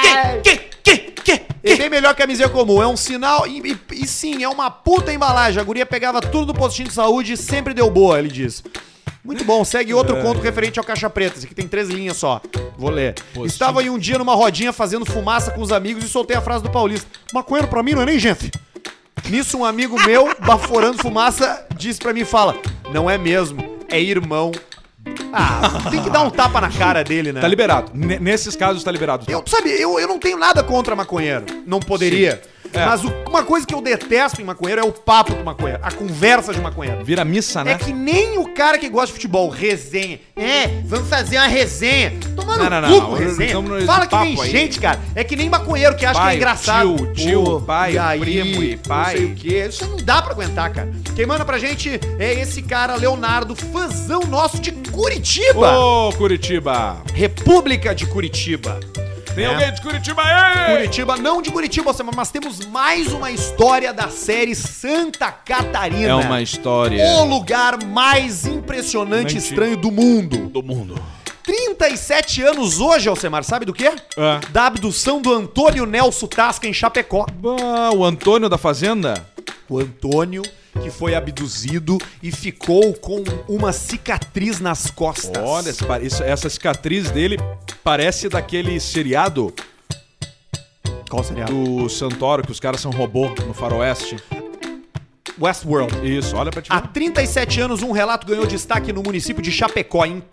É bem melhor que a camisinha comum, é um sinal e sim, é uma puta embalagem. A guria pegava tudo do postinho de saúde e sempre deu boa, ele diz. Muito bom, segue outro conto referente ao Caixa Preta. Esse aqui tem 3 linhas só. Vou ler. Postinho. Estava em um dia numa rodinha fazendo fumaça com os amigos e soltei a frase do Paulista. Maconheiro pra mim não é nem gente. Nisso um amigo meu, baforando fumaça, disse pra mim e fala, não é mesmo, é irmão. Ah, tem que dar um tapa na cara dele, né? Tá liberado. Nesses casos tá liberado. Eu não tenho nada contra maconheiro. Não poderia. É. Mas uma coisa que eu detesto em maconheiro é o papo do maconheiro. A conversa de maconheiro. Vira missa, né? É que nem o cara que gosta de futebol, resenha. Vamos fazer uma resenha. Tomando Não, resenha. estamos nesse Fala que papo nem aí. gente, cara. É que nem maconheiro que acha que é engraçado. Tio, pai, e aí, primo e pai. Não sei o quê. Isso não dá pra aguentar, cara. Quem manda pra gente é esse cara, Leonardo, fãzão nosso de Curitiba. Ô, Curitiba. República de Curitiba. Tem alguém de Curitiba aí? Curitiba, não de Curitiba, mas temos mais uma história da série Santa Catarina. É uma história. O lugar mais impressionante e estranho do mundo. 37 anos hoje, Alcemar, sabe do quê? Da abdução do Antônio Nelson Tasca em Chapecó. O Antônio da Fazenda? O Antônio que foi abduzido e ficou com uma cicatriz nas costas. Olha, essa cicatriz dele parece daquele seriado. Qual seriado? Do Santoro, que os caras são robô no faroeste. Westworld. Isso, olha pra ti. Há 37 anos, um relato ganhou destaque no município de Chapecó. Em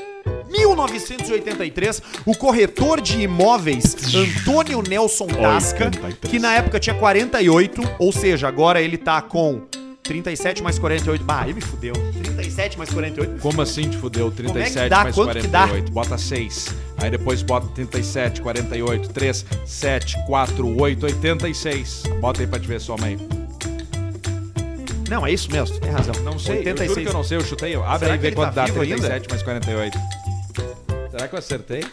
1983, o corretor de imóveis Antônio Nelson Tasca, que na época tinha 48, ou seja, agora ele tá com 37 mais 48. Bah, aí me fudeu. 37 mais 48. Como assim te fudeu? 37 dá? mais Quanto 48. Bota 6. Aí depois bota 37, 48, 3, 7, 4, 8, 86. Bota aí pra te ver, soma aí. Não, é isso mesmo, tem razão. Não sei, 86. eu juro que eu não sei, eu chutei. Abre Será aí e que vê ele quanto tá dá. vivo 37 ainda? mais 48. Será que eu acertei?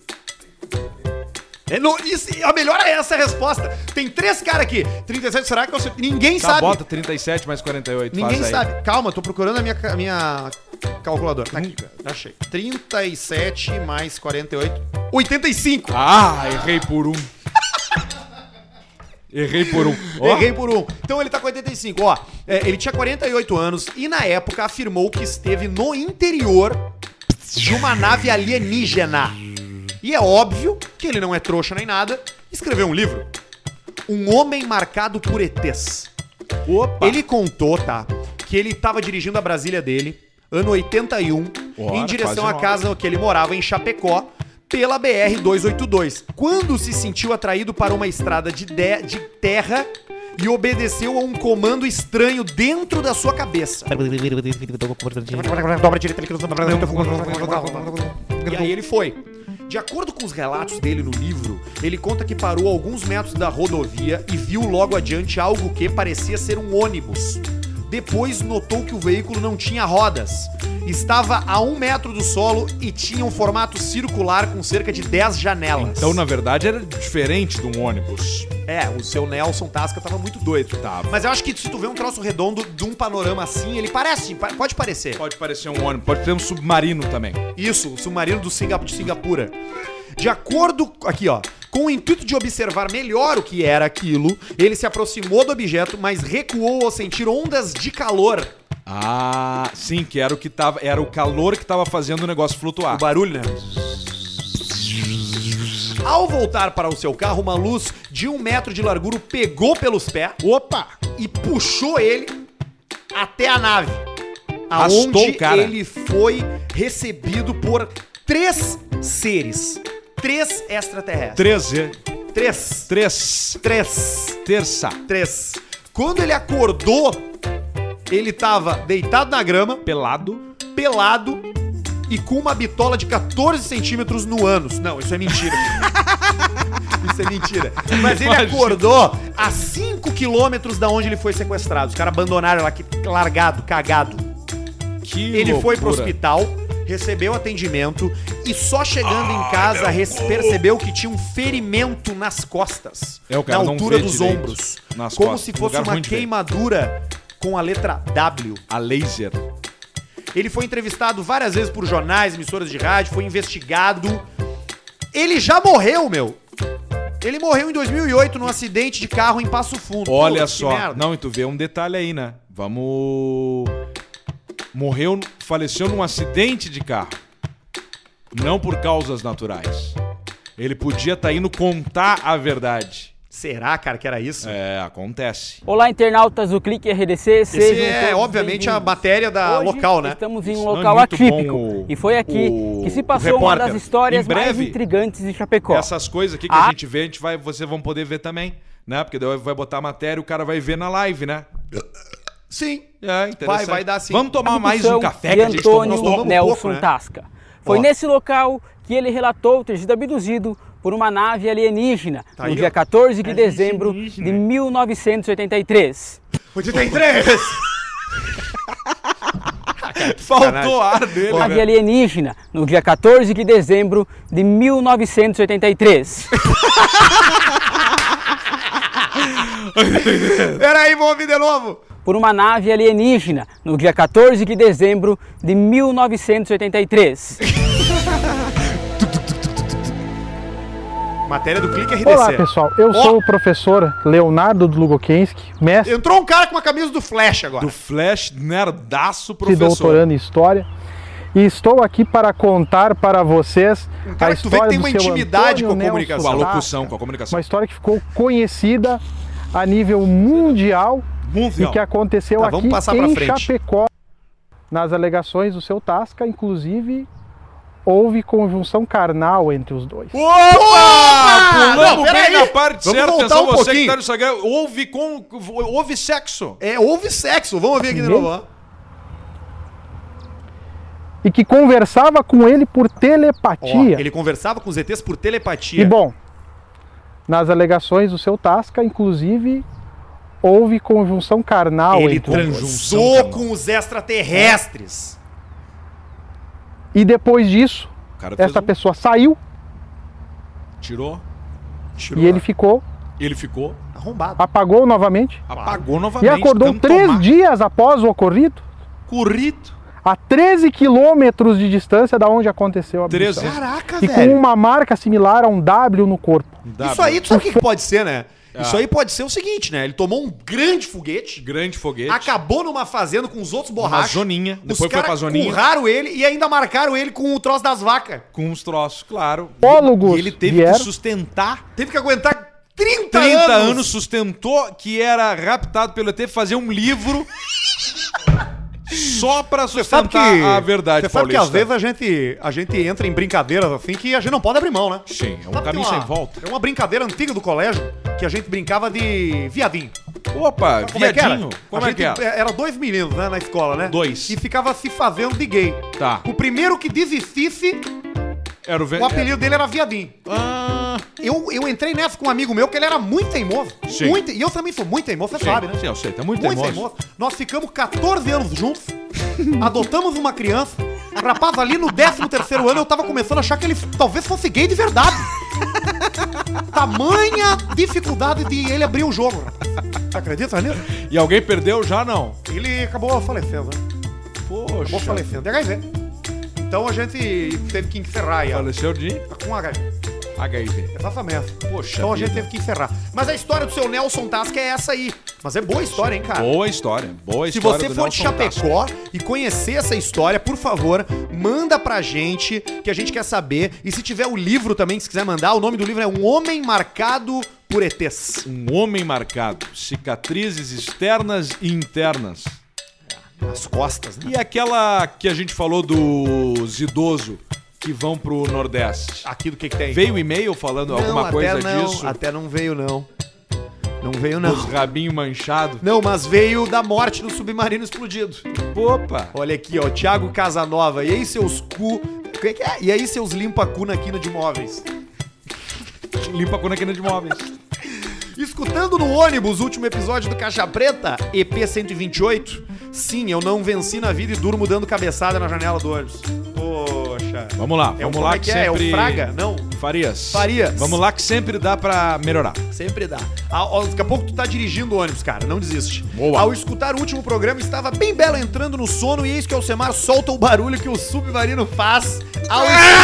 A melhor é essa resposta. Tem 3 caras aqui. 37, será que você... Ninguém sabe. Bota 37 mais 48. Ninguém faz aí. sabe. Calma, tô procurando a minha calculadora. Tá aqui, achei. 37 mais 48. 85. Ah, errei por um. Errei por um. Ó. Errei por um. Então ele tá com 85. Ó, ele tinha 48 anos e na época afirmou que esteve no interior de uma nave alienígena. E é óbvio que ele não é trouxa nem nada. Escreveu um livro. Um Homem Marcado por ETs. Opa. Ele contou, tá, que ele tava dirigindo a Brasília dele, ano 81, em direção à casa que ele morava em Chapecó, pela BR-282, quando se sentiu atraído para uma estrada de terra e obedeceu a um comando estranho dentro da sua cabeça. E aí ele foi. De acordo com os relatos dele no livro, ele conta que parou a alguns metros da rodovia e viu logo adiante algo que parecia ser um ônibus. Depois notou que o veículo não tinha rodas, estava a 1 metro do solo e tinha um formato circular com cerca de 10 janelas. Então, na verdade, era diferente de um ônibus. O seu Nelson Tasca tava muito doido. Tava. Mas eu acho que se tu vê um troço redondo de um panorama assim, ele parece, pode parecer. Pode parecer um ônibus, pode ser um submarino também. Isso, o submarino de Singapura. De acordo, aqui ó, com o intuito de observar melhor o que era aquilo, ele se aproximou do objeto, mas recuou ao sentir ondas de calor. Ah, sim, que era o que tava, era o calor que tava fazendo o negócio flutuar. O barulho, né? Ao voltar para o seu carro, uma luz de 1 metro de largura o pegou pelos pés. Opa! E puxou ele até a nave. Arrastou Aonde o cara. ele foi recebido por 3 seres. 3 extraterrestres. 3. Terça. Quando ele acordou, ele tava deitado na grama, Pelado. e com uma bitola de 14 centímetros no ânus. Não, isso é mentira. Isso é mentira. Mas ele acordou a 5 quilômetros da onde ele foi sequestrado. Os caras abandonaram lá, largado, cagado. Que Ele foi pro loucura. hospital, recebeu atendimento e só chegando em casa percebeu que tinha um ferimento nas costas. O cara na não altura vê dos direito ombros. nas Como costas, se um fosse lugar uma ruim de ver. queimadura com a letra W. A laser. Ele foi entrevistado várias vezes por jornais, emissoras de rádio, foi investigado. Ele já morreu, meu. Ele morreu em 2008 num acidente de carro em Passo Fundo. Olha Pô, que só. merda. Não, e tu vê um detalhe aí, né? Faleceu num acidente de carro. Não por causas naturais. Ele podia estar indo contar a verdade. Será, cara, que era isso? É, acontece. Olá, internautas do Clique RDC, Esse sejam é, todos obviamente, a bem-vindos. matéria da Hoje local, né? Estamos em um Senão é local muito atípico. bom E foi aqui que se passou o uma repórter. das histórias Em breve, mais intrigantes de Chapecó. Essas coisas aqui que a gente vê, vocês vão poder ver também, né? Porque daí vai botar a matéria e o cara vai ver na live, né? Sim. É, interessante. Vai dar sim. Vamos tomar mais Produção um café de que a gente tomou. nós Antônio tomamos Nelson pouco, né? Tasca. Foi Ó. nesse local que ele relatou ter sido abduzido por uma nave alienígena Tá no aí, dia ó. 14 de dezembro de 1983. 83! Faltou ar dele, Nave né? alienígena no dia 14 de dezembro de 1983. Peraí, vamos ouvir de novo. Por uma nave alienígena no dia 14 de dezembro de 1983. Matéria do Clique RDC. Olá pessoal, eu sou o professor Leonardo Dlugokenski, mestre Entrou um cara com uma camisa do Flash agora. Do Flash, nerdaço, e professor. doutorando em História e estou aqui para contar para vocês cara a que tu vê que história tem do uma seu intimidade Antônio com a Nelson comunicação. Com a Tasca, locução, com a comunicação. uma história que ficou conhecida a nível mundial e que aconteceu Tá, vamos aqui passar pra em frente. Chapecó, nas alegações do seu Tasca, inclusive houve conjunção carnal entre os dois. Opa! Pulamos Não, bem na parte Vamos certa. voltar Atenção, um você pouquinho. que tá no Instagram. Houve sexo. Houve sexo. Vamos ouvir aqui de novo, ó. E que conversava com ele por telepatia. Ó, ele conversava com os ETs por telepatia. E bom, nas alegações do seu Tasca, inclusive, houve conjunção carnal Ele entre os dois. transou com os extraterrestres. E depois disso, O cara fez essa pessoa saiu Tirou. e ele ficou, Ele ficou. Arrombado. apagou novamente Apagou e novamente. acordou tanto 3 tomar. dias após o ocorrido, Currito. a 13 quilômetros de distância da onde aconteceu a abdução. 13. Caraca, E com uma marca similar a um W no corpo. Isso aí, tu sabe o que pode ser, né? Isso aí pode ser o seguinte, né? Ele tomou um grande foguete, Grande foguete. acabou numa fazenda com os outros Uma borrachos. zoninha. Os Depois foi pra caras zoninha. curraram ele e ainda marcaram ele com o troço das vacas. Com uns troços, claro. Pólogos E ele teve vieram. que sustentar. Teve que aguentar 30 30 anos. anos sustentou que era raptado pelo ET fazer um livro só pra sustentar a verdade, Você sabe que às Paulista. vezes a gente entra em brincadeiras assim que a gente não pode abrir mão, né? Sim, é um Sabe caminho que sem volta. É uma brincadeira antiga do colégio que a gente brincava de viadinho. Opa, Como é que era? viadinho. Como é que era? Era 2 meninos, né, na escola, né? 2. E ficava se fazendo de gay. Tá. O primeiro que desistisse, Era o apelido dele era viadinho. Eu entrei nessa com um amigo meu que ele era muito teimoso. Sim. Muito, e eu também sou muito teimoso, você sabe, né? Sim, eu sei, tá muito Muito teimoso. teimoso. Nós ficamos 14 anos juntos, adotamos uma criança. Rapaz, ali no 13º ano eu tava começando a achar que ele talvez fosse gay de verdade. Tamanha dificuldade de ele abrir o jogo. Você acredita nisso? E alguém perdeu já, não? Ele acabou falecendo, né? Acabou Poxa. falecendo. De HIV. Então a gente teve que encerrar aí, ó. Faleceu de Com HIV. HIV. Exatamente. Poxa Então a vida. gente teve que encerrar. Mas a história do seu Nelson Tasca é essa aí. Mas é boa história, hein, cara? Boa história. Boa Se história você do for de Nelson Tasca. Chapecó e conhecer essa história, por favor, manda pra gente, que a gente quer saber. E se tiver o livro também, se quiser mandar, o nome do livro é Um Homem Marcado por ETs. Um homem marcado. Cicatrizes externas e internas. Nas costas, né? E aquela que a gente falou dos idosos que vão pro Nordeste. Aqui do que tem? Veio um e-mail falando alguma até coisa não, disso? Até não veio, não. Não veio, não. Os rabinhos manchados. Não, mas veio da morte do submarino explodido. Opa! Olha aqui, ó, Thiago Casanova. E aí, seus cu... O que é? E aí, seus limpa-cu na quina de móveis? Limpa a quina de móveis. Escutando no ônibus o último episódio do Caixa Preta, EP 128. Sim, eu não venci na vida e durmo dando cabeçada na janela do ônibus. Poxa. Vamos lá, É o, vamos como lá é que é? sempre... É o Fraga? Não, Farias. Farias. Vamos lá que sempre dá pra melhorar. sempre dá. Daqui a pouco tu tá dirigindo o ônibus, cara, não desiste. Boa. Ao escutar o último programa, estava bem belo entrando no sono e eis que o Alcemar solta o barulho que o submarino faz ao...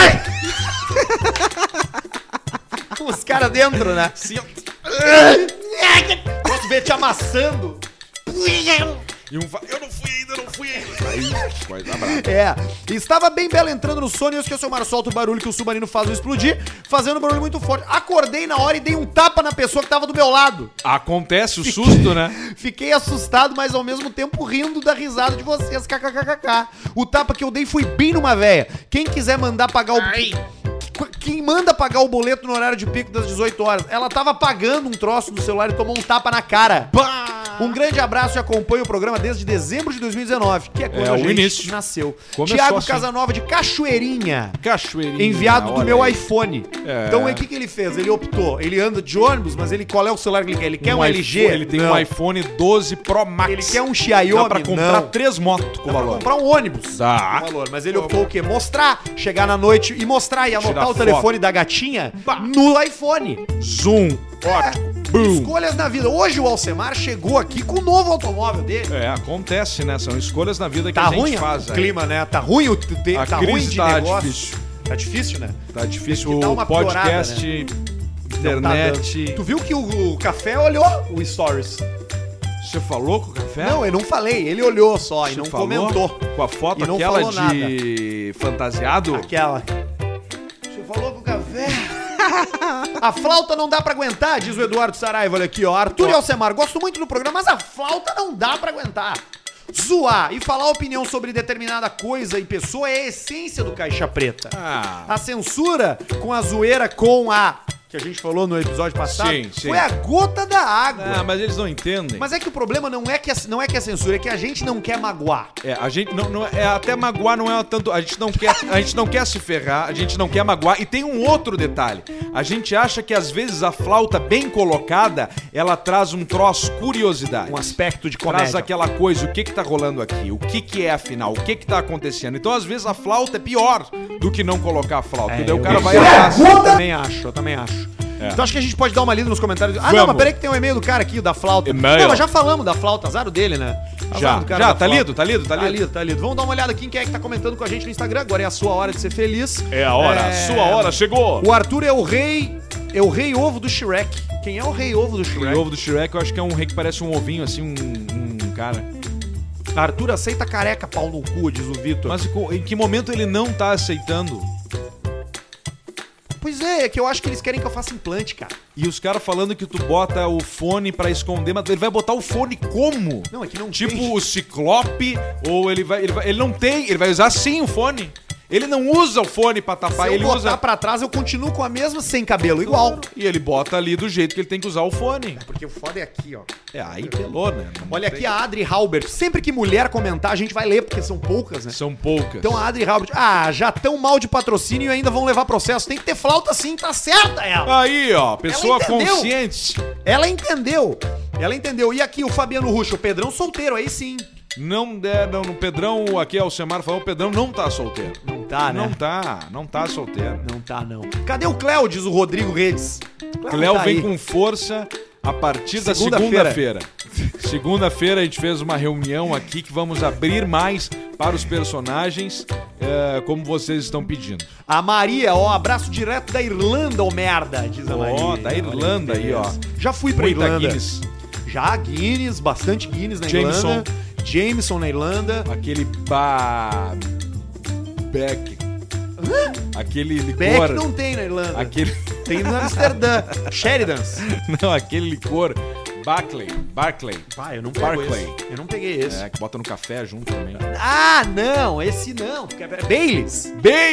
Os caras dentro, né? Posso ver te amassando. E um eu não fui ainda. Aí, coisa brava. É, estava bem belo entrando no sono e eu esqueci o mar solta o barulho que o submarino faz ao explodir, fazendo um barulho muito forte. Acordei na hora e dei um tapa na pessoa que tava do meu lado. Acontece o susto, né? Fiquei assustado, mas ao mesmo tempo rindo da risada de vocês, kkkk. O tapa que eu dei foi bem numa véia. Quem quiser mandar pagar o... Quem manda pagar o boleto no horário de pico das 18 horas? Ela tava pagando um troço no celular e tomou um tapa na cara. Um grande abraço e acompanha o programa desde dezembro de 2019, que é quando a o gente início. nasceu. Começou Tiago assim. Casanova de Cachoeirinha. Cachoeirinha. Enviado do olha meu aí. iPhone. É. Então, o que ele fez? Ele optou. Ele anda de ônibus, mas qual é o celular que ele quer? Ele quer um LG? Ele tem Não. um iPhone 12 Pro Max. Ele quer um Xiaomi? Dá pra comprar Não. 3 motos com Dá pra valor. comprar um ônibus. Dá. Com valor. Mas ele optou o quê? Mostrar, chegar na noite e mostrar e anotar Tirar o telefone foto. da gatinha no iPhone. Zoom. Ótimo. Boom. Escolhas na vida. Hoje o Alcemar chegou aqui com o novo automóvel dele. É, acontece, né? São escolhas na vida que Tá a gente ruim faz. o aí. clima, né? Tá ruim o A tá crise ruim de tá negócio. difícil. Tá difícil, né? Tá difícil. Tem que dar O uma podcast, piorada, Não tá internet. dando. Tu viu que o Café olhou o Stories? Você falou com o café? Não, eu não falei. Ele olhou só e Você não falou? comentou. Com a foto E não aquela falou de fantasiado? Aquela. Você falou com o Café? A flauta não dá pra aguentar, diz o Eduardo Saraiva. Olha aqui, ó. Arthur e Alcemar, gosto muito do programa, mas a flauta não dá pra aguentar. Zoar e falar opinião sobre determinada coisa e pessoa é a essência do Caixa Preta. A censura com a zoeira com a... que a gente falou no episódio passado, foi a gota da água. Ah, mas eles não entendem. Mas é que o problema não é que a censura, é que a gente não quer magoar. A gente não é até magoar não é tanto, a gente não quer se ferrar, a gente não quer magoar. E tem um outro detalhe. A gente acha que às vezes a flauta bem colocada, ela traz um troço curiosidade. Um aspecto de comédia. Traz aquela coisa, o que tá rolando aqui? O que é afinal? O que tá acontecendo? Então às vezes a flauta é pior do que não colocar a flauta. Daí o cara vai atrás. Eu também acho. Então acho que a gente pode dar uma lida nos comentários. Ah, não, mas peraí que tem um e-mail do cara aqui, da flauta. Não, mas já falamos da flauta, azar dele, né? Já, tá lido. Vamos dar uma olhada aqui em quem é que tá comentando com a gente no Instagram. Agora é a sua hora de ser feliz. É a hora, sua hora chegou. O Arthur é o rei ovo do Shrek. Quem é o rei ovo do Shrek? O rei ovo do Shrek, eu acho que é um rei que parece um ovinho, assim, um cara. Arthur aceita careca, pau no cu, diz o Vitor. Mas em que momento ele não tá aceitando? Pois é que eu acho que eles querem que eu faça implante, cara. E os caras falando que tu bota o fone pra esconder, mas ele vai botar o fone como? Não, é que não tipo tem. O Ciclope, ou ele não tem, ele vai usar sim o fone. Ele não usa o fone pra tapar, Se ele eu botar usa pra trás, eu continuo com a mesma sem cabelo, igual. E ele bota ali do jeito que ele tem que usar o fone. Porque o foda é aqui, ó. Aí pelou, né? Olha aqui a Adri Halbert. Sempre que mulher comentar, a gente vai ler, porque são poucas, né? São poucas. Então a Adri Halbert, já tão mal de patrocínio e ainda vão levar processo. Tem que ter flauta sim, tá certa ela. Aí, ó, pessoa consciente. Ela entendeu. E aqui o Fabiano Russo, o Pedrão solteiro, aí sim. Não, no Pedrão, aqui é o Semar falou, o Pedrão não tá solteiro. Não tá, né? Não tá solteiro. Não tá, não. Cadê o Cléo, diz o Rodrigo Redes. Cléo vem com força a partir da segunda-feira. Segunda-feira a gente fez uma reunião aqui que vamos abrir mais para os personagens, como vocês estão pedindo. A Maria, abraço direto da Irlanda, merda, diz a Maria. Da Irlanda aí, ó. Já fui pra Irlanda. Guinness. Já, Guinness, bastante Guinness na Irlanda. Jameson na Irlanda. Aquele Beck. Aquele licor. Beck não tem na Irlanda. Tem no Amsterdã. Sheridans. Não, aquele licor. Barclay. Eu não peguei esse. Eu não peguei esse. Que bota no café junto também. Ah, não, esse não. Baileys.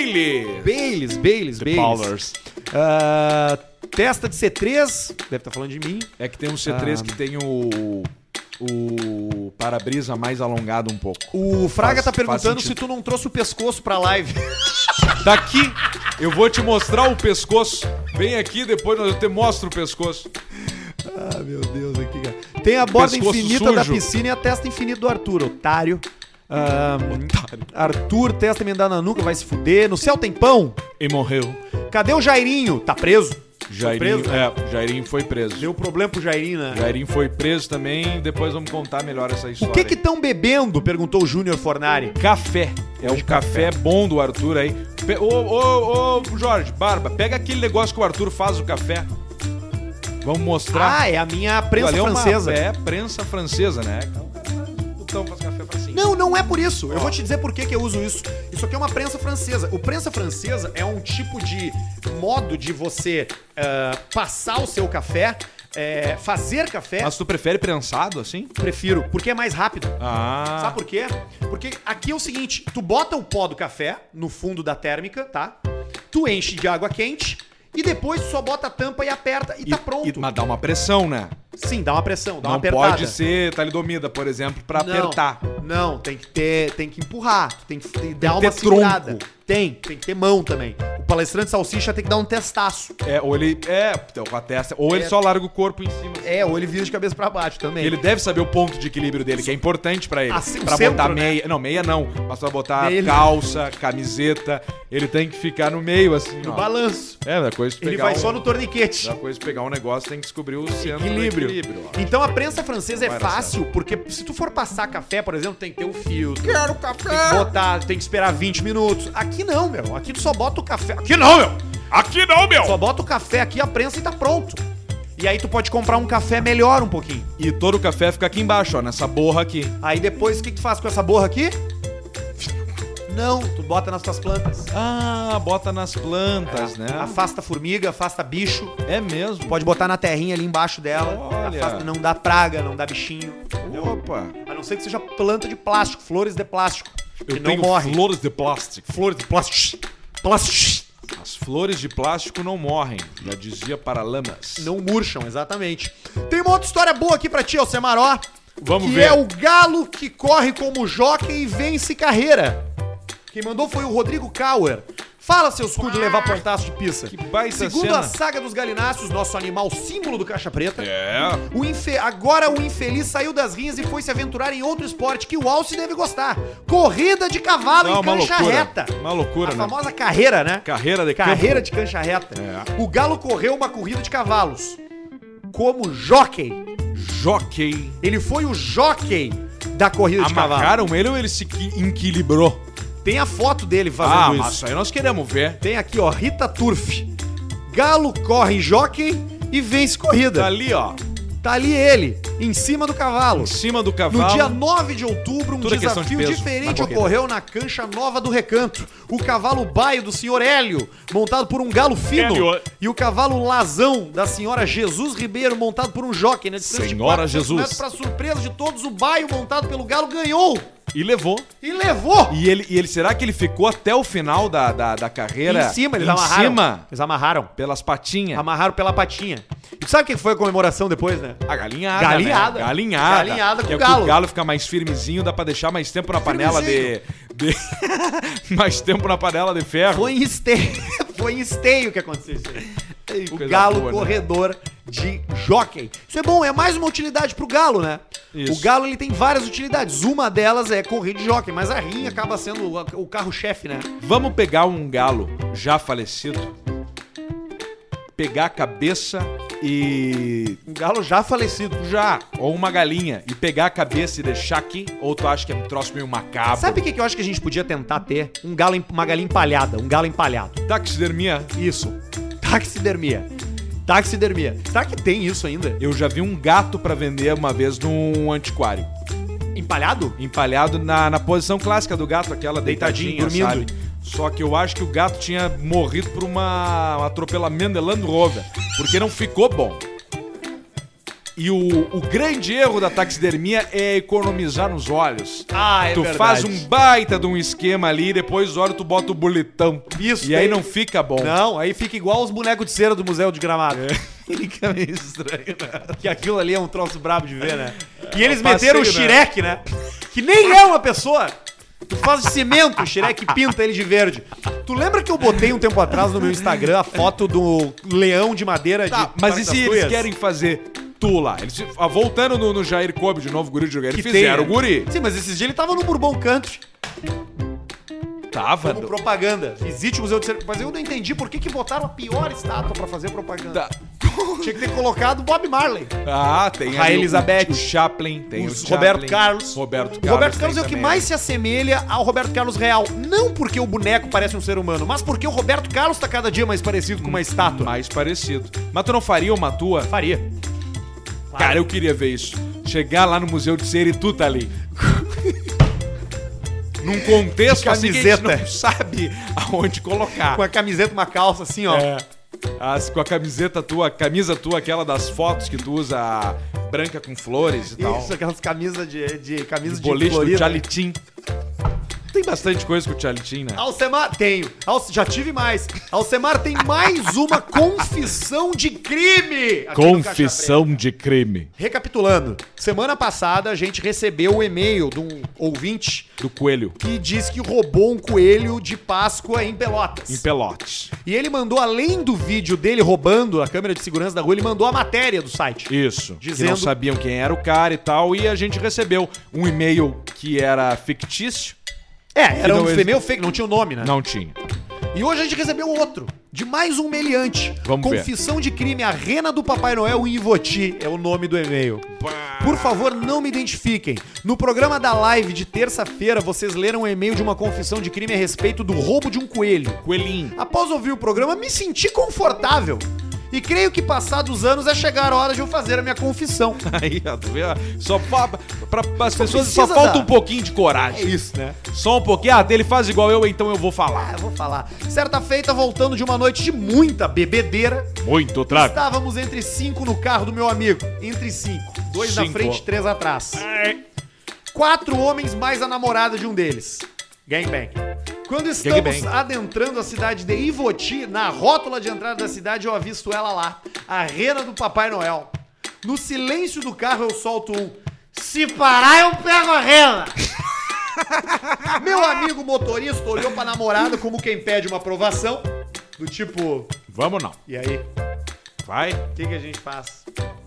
Powders. Testa de C3. Deve estar falando de mim. É que tem um C3 que tem o para-brisa mais alongado um pouco. O Fraga tá perguntando se tu não trouxe o pescoço pra live. Daqui, eu vou te mostrar o pescoço. Vem aqui, depois eu te mostro o pescoço. Ah, meu Deus, aqui, cara. Tem a borda pescoço infinita sujo da piscina e a testa infinita do Arthur, otário. Arthur, testa emendada na nuca, vai se fuder. No céu tem pão. E morreu. Cadê o Jairinho? Tá preso? Jairinho foi preso. Deu problema pro Jairinho, né? Jairinho foi preso também, depois vamos contar melhor essa história. O que estão bebendo? Perguntou o Júnior Fornari. Café. É um café bom do Arthur aí. Ô, Jorge, Barba, pega aquele negócio que o Arthur faz o café. Vamos mostrar. É a minha prensa francesa. Prensa francesa, né? Então faz café pra cima. Não é por isso. Eu vou te dizer por que eu uso isso. Isso aqui é uma prensa francesa. O prensa francesa é um tipo de modo de você passar o seu café, fazer café. Mas tu prefere prensado assim? Prefiro, porque é mais rápido. Sabe por quê? Porque aqui é o seguinte, tu bota o pó do café no fundo da térmica, tá? Tu enche de água quente e depois tu só bota a tampa e aperta e tá pronto. Mas dá uma pressão, né? Sim, dá uma pressão, dá uma apertada. Não pode ser talidomida, por exemplo, pra apertar. Não, tem que empurrar, tem que dar uma segurada. Tem que ter mão também. O palestrante salsicha tem que dar um testaço. Ou ele com a testa, ou ele só larga o corpo em cima. Ou ele vira de cabeça pra baixo também. Ele deve saber o ponto de equilíbrio dele, que é importante pra ele. Assim, pra centro, botar meia. Né? Não, meia não. Mas pra botar calça, camiseta, ele tem que ficar no meio, assim. No balanço. Da coisa de pegar. Ele vai só no torniquete. Da coisa de pegar um negócio, tem que descobrir o centro equilíbrio. Então a prensa francesa é fácil, porque se tu for passar café, por exemplo, tem que ter o filtro. Quero café! Tem que botar, tem que esperar 20 minutos. Aqui não, meu. Aqui tu só bota o café. Aqui não, meu! Só bota o café aqui, a prensa e tá pronto. E aí tu pode comprar um café melhor um pouquinho. E todo o café fica aqui embaixo, ó, nessa borra aqui. Aí depois, o que tu faz com essa borra aqui? Não, tu bota nas tuas plantas. Ah, bota nas plantas, né? Afasta formiga, afasta bicho. É mesmo? Pode botar na terrinha ali embaixo dela. Olha. Afasta, não dá praga, não dá bichinho. Opa. A não ser que seja planta de plástico, flores de plástico. Eu que não tenho morrem. flores de plástico. Flores de plástico. Plástico. As flores de plástico não morrem, já dizia Paralamas. Não murcham, exatamente. Tem uma outra história boa aqui pra ti, Alcemaró. Vamos que ver. é o galo que corre como jockey e vence carreira. Quem mandou foi o Rodrigo Kauer. Fala, seus cu de levar pontaço de pizza. Que baita Segundo cena. a saga dos galináceos, nosso animal símbolo do Caixa Preta, É. agora o infeliz saiu das rinhas e foi se aventurar em outro esporte que o Alce deve gostar. Corrida de cavalo Não, em cancha loucura. reta. Uma loucura, A né? famosa carreira, né? Carreira de Carreira campo. de cancha reta. É. O galo correu uma corrida de cavalos. Como jockey. Jockey. Ele foi o jockey da corrida de cavalos. Amarraram ele ou ele se equilibrou? Tem a foto dele fazendo Mas isso. isso aí nós queremos ver. Tem aqui, ó, Rita Turf. Galo corre em jockey e vence corrida. Tá ali, ó. Tá ali ele, em cima do cavalo. Em cima do cavalo. No dia 9 de outubro, um Tudo é questão de desafio peso diferente na corrida. ocorreu na cancha nova do Recanto. O cavalo baio do senhor Hélio, montado por um galo fino. Hélio. E o cavalo lazão da senhora Jesus Ribeiro, montado por um jockey. Na distância de Senhora 400 Jesus. metros, pra surpresa de todos, o baio montado pelo galo ganhou. E levou. E levou. E ele será que ele ficou até o final da carreira? Em cima, eles em amarraram. cima, Eles amarraram. pelas patinhas. Amarraram pela patinha. E tu sabe o que foi a comoração depois, né? A galinhada. Galinhada. Né? Galinhada. Galinhada com que é o galo. que o galo fica mais firmezinho, dá pra deixar mais tempo na panela de mais tempo na panela de ferro. Foi em esteio. Foi em esteio que aconteceu isso aí. Ei, O coisa galo boa, né? corredor de jockey. Isso é bom, é mais uma utilidade pro galo, né? Isso. O galo ele tem várias utilidades. Uma delas é correr de jockey, mas a rinha acaba sendo o carro-chefe, né? Vamos pegar um galo já falecido, pegar a cabeça e... Um galo já falecido. Já. Ou uma galinha e pegar a cabeça e deixar aqui, ou tu acha que é um troço meio macabro? Sabe o que eu acho que a gente podia tentar ter? Uma galinha empalhada, um galo empalhado. Taxidermia. Isso. Taxidermia. Taxidermia. Será que tem isso ainda? Eu já vi um gato pra vender uma vez num antiquário. Empalhado? Empalhado na posição clássica do gato, aquela Deitadinho, deitadinha, dormindo. sabe? Só que eu acho que o gato tinha morrido por um atropelamento de Land Rover, porque não ficou bom. E o grande erro da taxidermia é economizar nos olhos. Ah, é Tu verdade. faz um baita de um esquema ali e depois os olhos tu bota o boletão. Isso, E aí daí- não fica bom. Não, aí fica igual os bonecos de cera do Museu de Gramado. Fica meio estranho, né? Que aquilo ali é um troço brabo de ver, né? E eles um passeio, meteram o né? Shrek, né? Que nem é uma pessoa. Tu faz de cimento, o Shrek pinta ele de verde. Tu lembra que eu botei um tempo atrás no meu Instagram a foto do leão de madeira Tá, de mas e se eles Tuias? querem fazer tu lá? Eles, voltando no Jair Kobe de novo, guri de jogar, eles Que fizeram tem, o guri. Sim, mas esses dias ele tava no Bourbon Country. Tava. Como propaganda. Visite o Museu de Cera. Mas eu não entendi por que botaram a pior estátua pra fazer propaganda. Tá. Tinha que ter colocado Bob Marley. Ah, tem A ali Elizabeth, o Chaplin, tem o o Roberto Chaplin, Carlos. Roberto O Carlos. Roberto Carlos é tem o que também. mais se assemelha ao Roberto Carlos real. Não porque o boneco parece um ser humano, mas porque o Roberto Carlos tá cada dia mais parecido com uma estátua. Mais parecido. Mas tu não faria uma tua? Faria. Cara, eu queria ver isso. Chegar lá no Museu de Cera e tu tá ali. Num contexto De assim que a gente camiseta. não sabe aonde colocar. Com a camiseta, uma calça assim, ó. É. Com a camiseta tua, a camisa tua, aquela das fotos que tu usa branca com flores e tal. Isso, aquelas camisas de camisa de Boliche do florida. Chalitin. Tem bastante coisa com o Chalitin, né? Alcemar, tenho. Já tive mais. Alcemar tem mais uma confissão de crime. aqui no Caixa Preta. de crime. Recapitulando, semana passada a gente recebeu um e-mail de um ouvinte Do coelho. que diz que roubou um coelho de Páscoa em Pelotas. Em Pelotas. E ele mandou, além do vídeo dele roubando a câmera de segurança da rua, ele mandou a matéria do site. Isso. Que Dizendo- não sabiam quem era o cara e tal. E a gente recebeu um e-mail que era fictício. Era um não e-mail fake, não tinha o nome, né? Não tinha. E hoje a gente recebeu outro, de mais um meliante. Vamos ver. Confissão de crime, a rena do Papai Noel em Ivoti é o nome do e-mail. Por favor, não me identifiquem. No programa da live de terça-feira, vocês leram um e-mail de uma confissão de crime a respeito do roubo de um coelho. Coelhinho. Após ouvir o programa, me senti confortável E creio que passados anos é chegar a hora de eu fazer a minha confissão. Aí, ó, tu vê? Só pra as pessoas só falta um pouquinho de coragem. É isso, né? Só um pouquinho. Ah, ele faz igual eu, então eu vou falar. Eu vou falar. Certa feita, voltando de uma noite de muita bebedeira, Muito trago. estávamos entre 5 no carro do meu amigo. Entre 5. 2 na 5. frente, 3 atrás. 4 homens mais a namorada de um deles. Gangbang. Quando estamos Gangbang. adentrando a cidade de Ivoti, na rótula de entrada da cidade, eu avisto ela lá, a rena do Papai Noel. No silêncio do carro, eu solto um: se parar, eu pego a rena. Meu amigo motorista olhou pra namorada como quem pede uma aprovação, do tipo: Vamos não. e aí, Vai. o que a gente faz?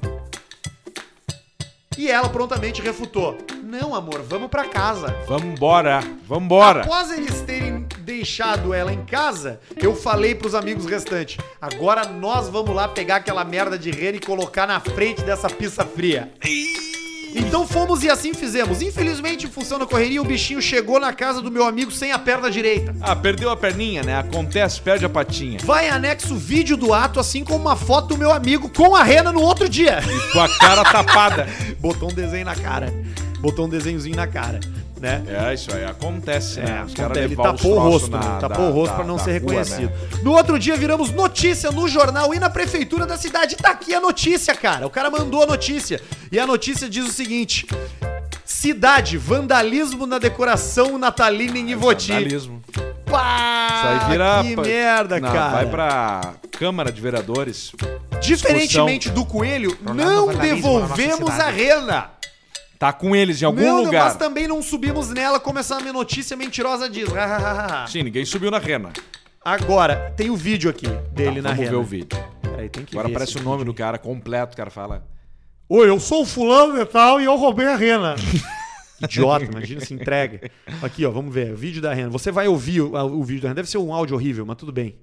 E ela prontamente refutou: não, amor, vamos pra casa. Vambora. Vambora. Após eles terem deixado ela em casa, eu falei pros amigos restantes: agora nós vamos lá pegar aquela merda de rena e colocar na frente dessa pizza fria. Então fomos e assim fizemos. Infelizmente, em função da correria, o bichinho chegou na casa do meu amigo sem a perna direita. Ah, perdeu a perninha, né? Acontece, perde a patinha. Vai anexo vídeo do ato, assim como uma foto do meu amigo com a rena no outro dia. E com a cara tapada. Botou um desenho na cara. Botou um desenhozinho na cara, né? É, isso aí acontece, né? Os caras Ele levar os tapou o troços rosto, na- tapou o rosto da- pra não da ser rua, reconhecido. né? No outro dia viramos notícia no jornal e na prefeitura da cidade. Tá aqui a notícia, cara. O cara mandou a notícia. E a notícia diz o seguinte: cidade, vandalismo na decoração natalina em Ivoti. Vandalismo. Pá, Isso aí vira... que merda, Não, cara. vai pra Câmara de Vereadores. Diferentemente do coelho, não devolvemos a rena. Tá com eles em algum Não, lugar. nós também não subimos nela, como essa minha notícia mentirosa diz. Sim, ninguém subiu na rena. Agora, tem o vídeo aqui dele na Vamos rena. ver o vídeo. Peraí, tem que Agora ver aparece esse o nome vídeo. do cara completo, o cara fala... Oi, eu sou o fulano e tal e eu roubei a rena. Idiota, imagina se entrega. Aqui, ó, vamos ver, o vídeo da rena. Você vai ouvir o vídeo da rena. Deve ser um áudio horrível, mas tudo bem.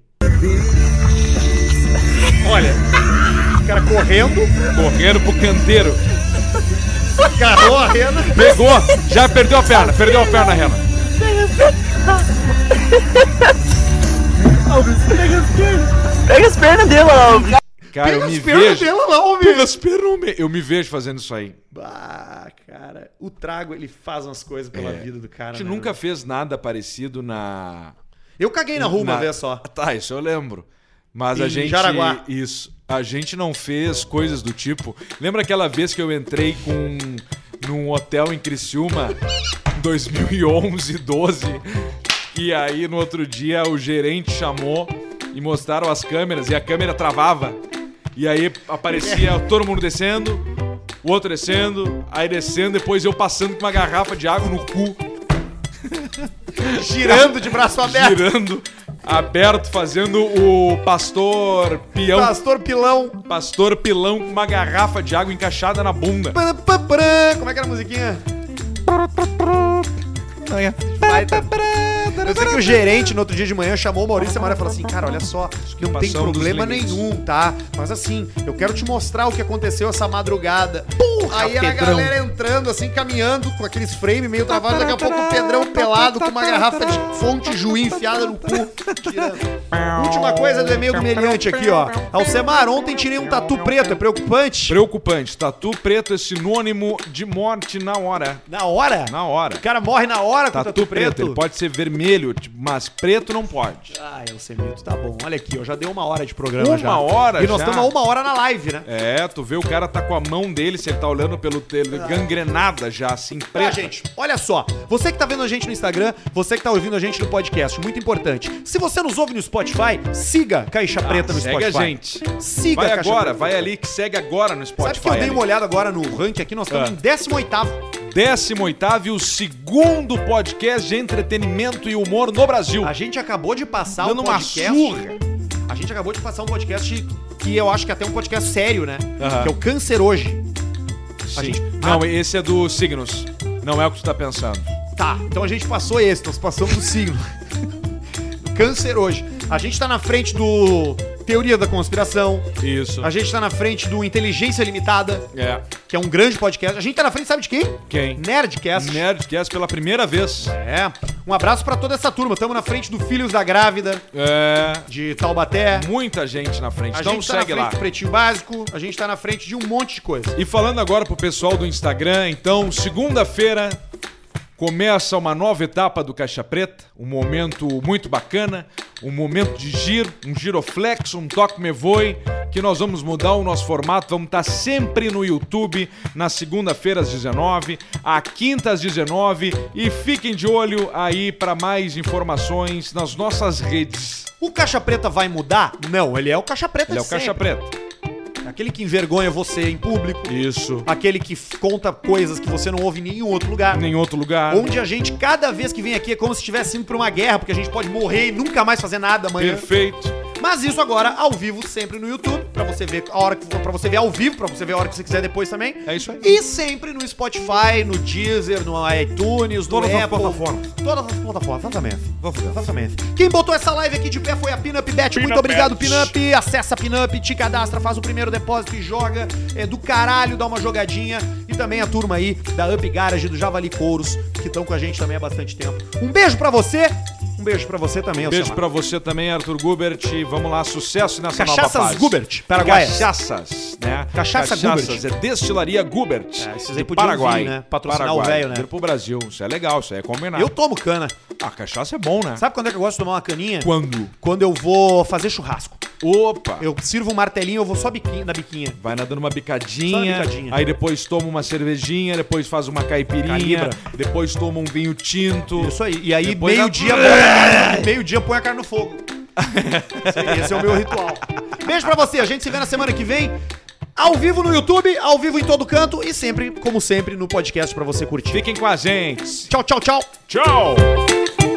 Olha, o cara correndo, Correndo pro canteiro. agarrou a rena. Pegou, já perdeu a perna, Rena. Pega as pernas dela, Alves. Cara, Pega eu as me pernas vejo... dela lá, homem. Pega as pernas, eu me vejo fazendo isso aí. Ah, cara, o trago, ele faz umas coisas pela vida do A cara, gente né, nunca meu? fez nada parecido na... Eu caguei na rua uma vez só. Tá, isso eu lembro. Mas a Em gente... Jaraguá. Isso. A gente não fez coisas do tipo... Lembra aquela vez que eu entrei num hotel em Criciúma? Em 2011, 12. E aí, no outro dia, o gerente chamou e mostraram as câmeras e a câmera travava. E aí aparecia todo mundo descendo, o outro descendo, aí descendo, depois eu passando com uma garrafa de água no cu. Girando de braço aberto. Girando, aberto, fazendo o pastor peão. Pastor Pilão. Com uma garrafa de água encaixada na bunda. Como é que era a musiquinha? Baita. Eu sei que o gerente, no outro dia de manhã, chamou o Maurício Amaro e falou assim: cara, olha só, não tem Passamos dos problema limites. nenhum, tá? Mas assim, eu quero te mostrar o que aconteceu essa madrugada. Aí era a Pedrão. galera entrando, assim, caminhando com aqueles frames meio travados. Daqui a pouco o Pedrão pelado com uma garrafa de fonte Juí enfiada no cu. Tirando. Última coisa do e-mail do meliante aqui, ó. Alcemar, ontem tirei um tatu preto, é preocupante? Preocupante. Tatu preto é sinônimo de morte na hora. Na hora? Na hora. O cara morre na hora com Tatu preto. Ele pode ser vermelho, mas preto não pode. Ah, Alcemito, tá bom. Olha aqui, ó, já deu 1 hora de programa Uma já. hora E nós já? estamos a 1 hora na live, né? É, tu vê o cara tá com a mão dele, se ele tá olhando pelo tele, gangrenada já, assim, Tá, preta. gente, olha só. Você que tá vendo a gente no Instagram, você que tá ouvindo a gente no podcast, muito importante. Se você nos ouve no Spotify, siga Caixa Preta no segue Spotify. a gente. Siga Vai Caixa agora, Preta. vai ali que segue agora no Spotify. Sabe que eu dei ali. uma olhada agora no ranking aqui? Nós estamos em 18º. 18º e o segundo podcast de entretenimento e humor no Brasil. A gente acabou de passar Dando um uma podcast. surra. A gente acabou de passar um podcast que eu acho que até é um podcast sério, né? Aham. Que é o Câncer Hoje. Sim. gente- Não, esse é do Signos. Não é o que tu tá pensando. Tá, então a gente passou esse, nós passamos do signo. Câncer Hoje. A gente tá na frente do Teoria da Conspiração. Isso. A gente tá na frente do Inteligência Limitada, que é um grande podcast. A gente tá na frente, sabe de quem? Quem? Nerdcast. Nerdcast pela primeira vez. Um abraço pra toda essa turma. Tamo na frente do Filhos da Grávida, de Taubaté. Muita gente na frente. A Então gente tá segue na frente lá. do Pretinho Básico. A gente tá na frente de um monte de coisa. E falando agora pro pessoal do Instagram, então, segunda-feira começa uma nova etapa do Caixa Preta, um momento muito bacana, um momento de giro, um giroflex, um toque me voe, que nós vamos mudar o nosso formato, vamos estar sempre no YouTube, na segunda-feira às 19, à quinta às 19, e fiquem de olho aí para mais informações nas nossas redes. O Caixa Preta vai mudar? Não, ele é o Caixa Preta Ele é o sempre. Caixa Preta. Aquele que envergonha você em público. Isso. Aquele que conta coisas que você não ouve em nenhum outro lugar. Em outro lugar. Onde a gente, cada vez que vem aqui, é como se estivesse indo pra uma guerra, porque a gente pode morrer e nunca mais fazer nada amanhã. Perfeito. Mas isso agora, ao vivo, sempre no YouTube, pra você ver a hora que for, pra você ver ao vivo, pra você ver a hora que você quiser depois também. É isso aí. E sempre no Spotify, no Deezer, no iTunes, no Todas as Apple. plataformas. Todas as plataformas, exatamente. Quem botou essa live aqui de pé foi a Pinup Bet. Muito obrigado, Pinup. Acessa a Pinup, te cadastra, faz o primeiro depósito e joga. É do caralho, dá uma jogadinha. E também a turma aí da Up Garage, do Javali Couros, que estão com a gente também há bastante tempo. Um beijo pra você. Um beijo pra você também, Beijo Alcemar. pra você também, Arthur Gubert. Vamos lá, sucesso nessa nova Cachaças fase. Gubert, Paraguai. Cachaças, né? Cachaça Cachaças, é destilaria Gubert. Esses aí de podiam Paraguai. vir, né? Patrocinar Paraguai. o velho, né? Vir pro Brasil. Isso é legal, isso aí é combinado. Eu tomo cana. Ah, cachaça é bom, né? Sabe quando é que eu gosto de tomar uma caninha? Quando? Quando eu vou fazer churrasco. Opa! Eu sirvo um martelinho, eu vou só na biquinha. Vai nadando uma Só bicadinha, uma bicadinha. aí depois toma uma cervejinha, depois faz uma caipirinha, Calibra. depois toma um vinho tinto. Isso aí. E aí, Depois meio-dia põe a carne no fogo. Esse é o meu ritual. Beijo pra você. A gente se vê na semana que vem. Ao vivo no YouTube, ao vivo em todo canto e sempre, como sempre, no podcast pra você curtir. Fiquem com a gente. Tchau, tchau, tchau. Tchau!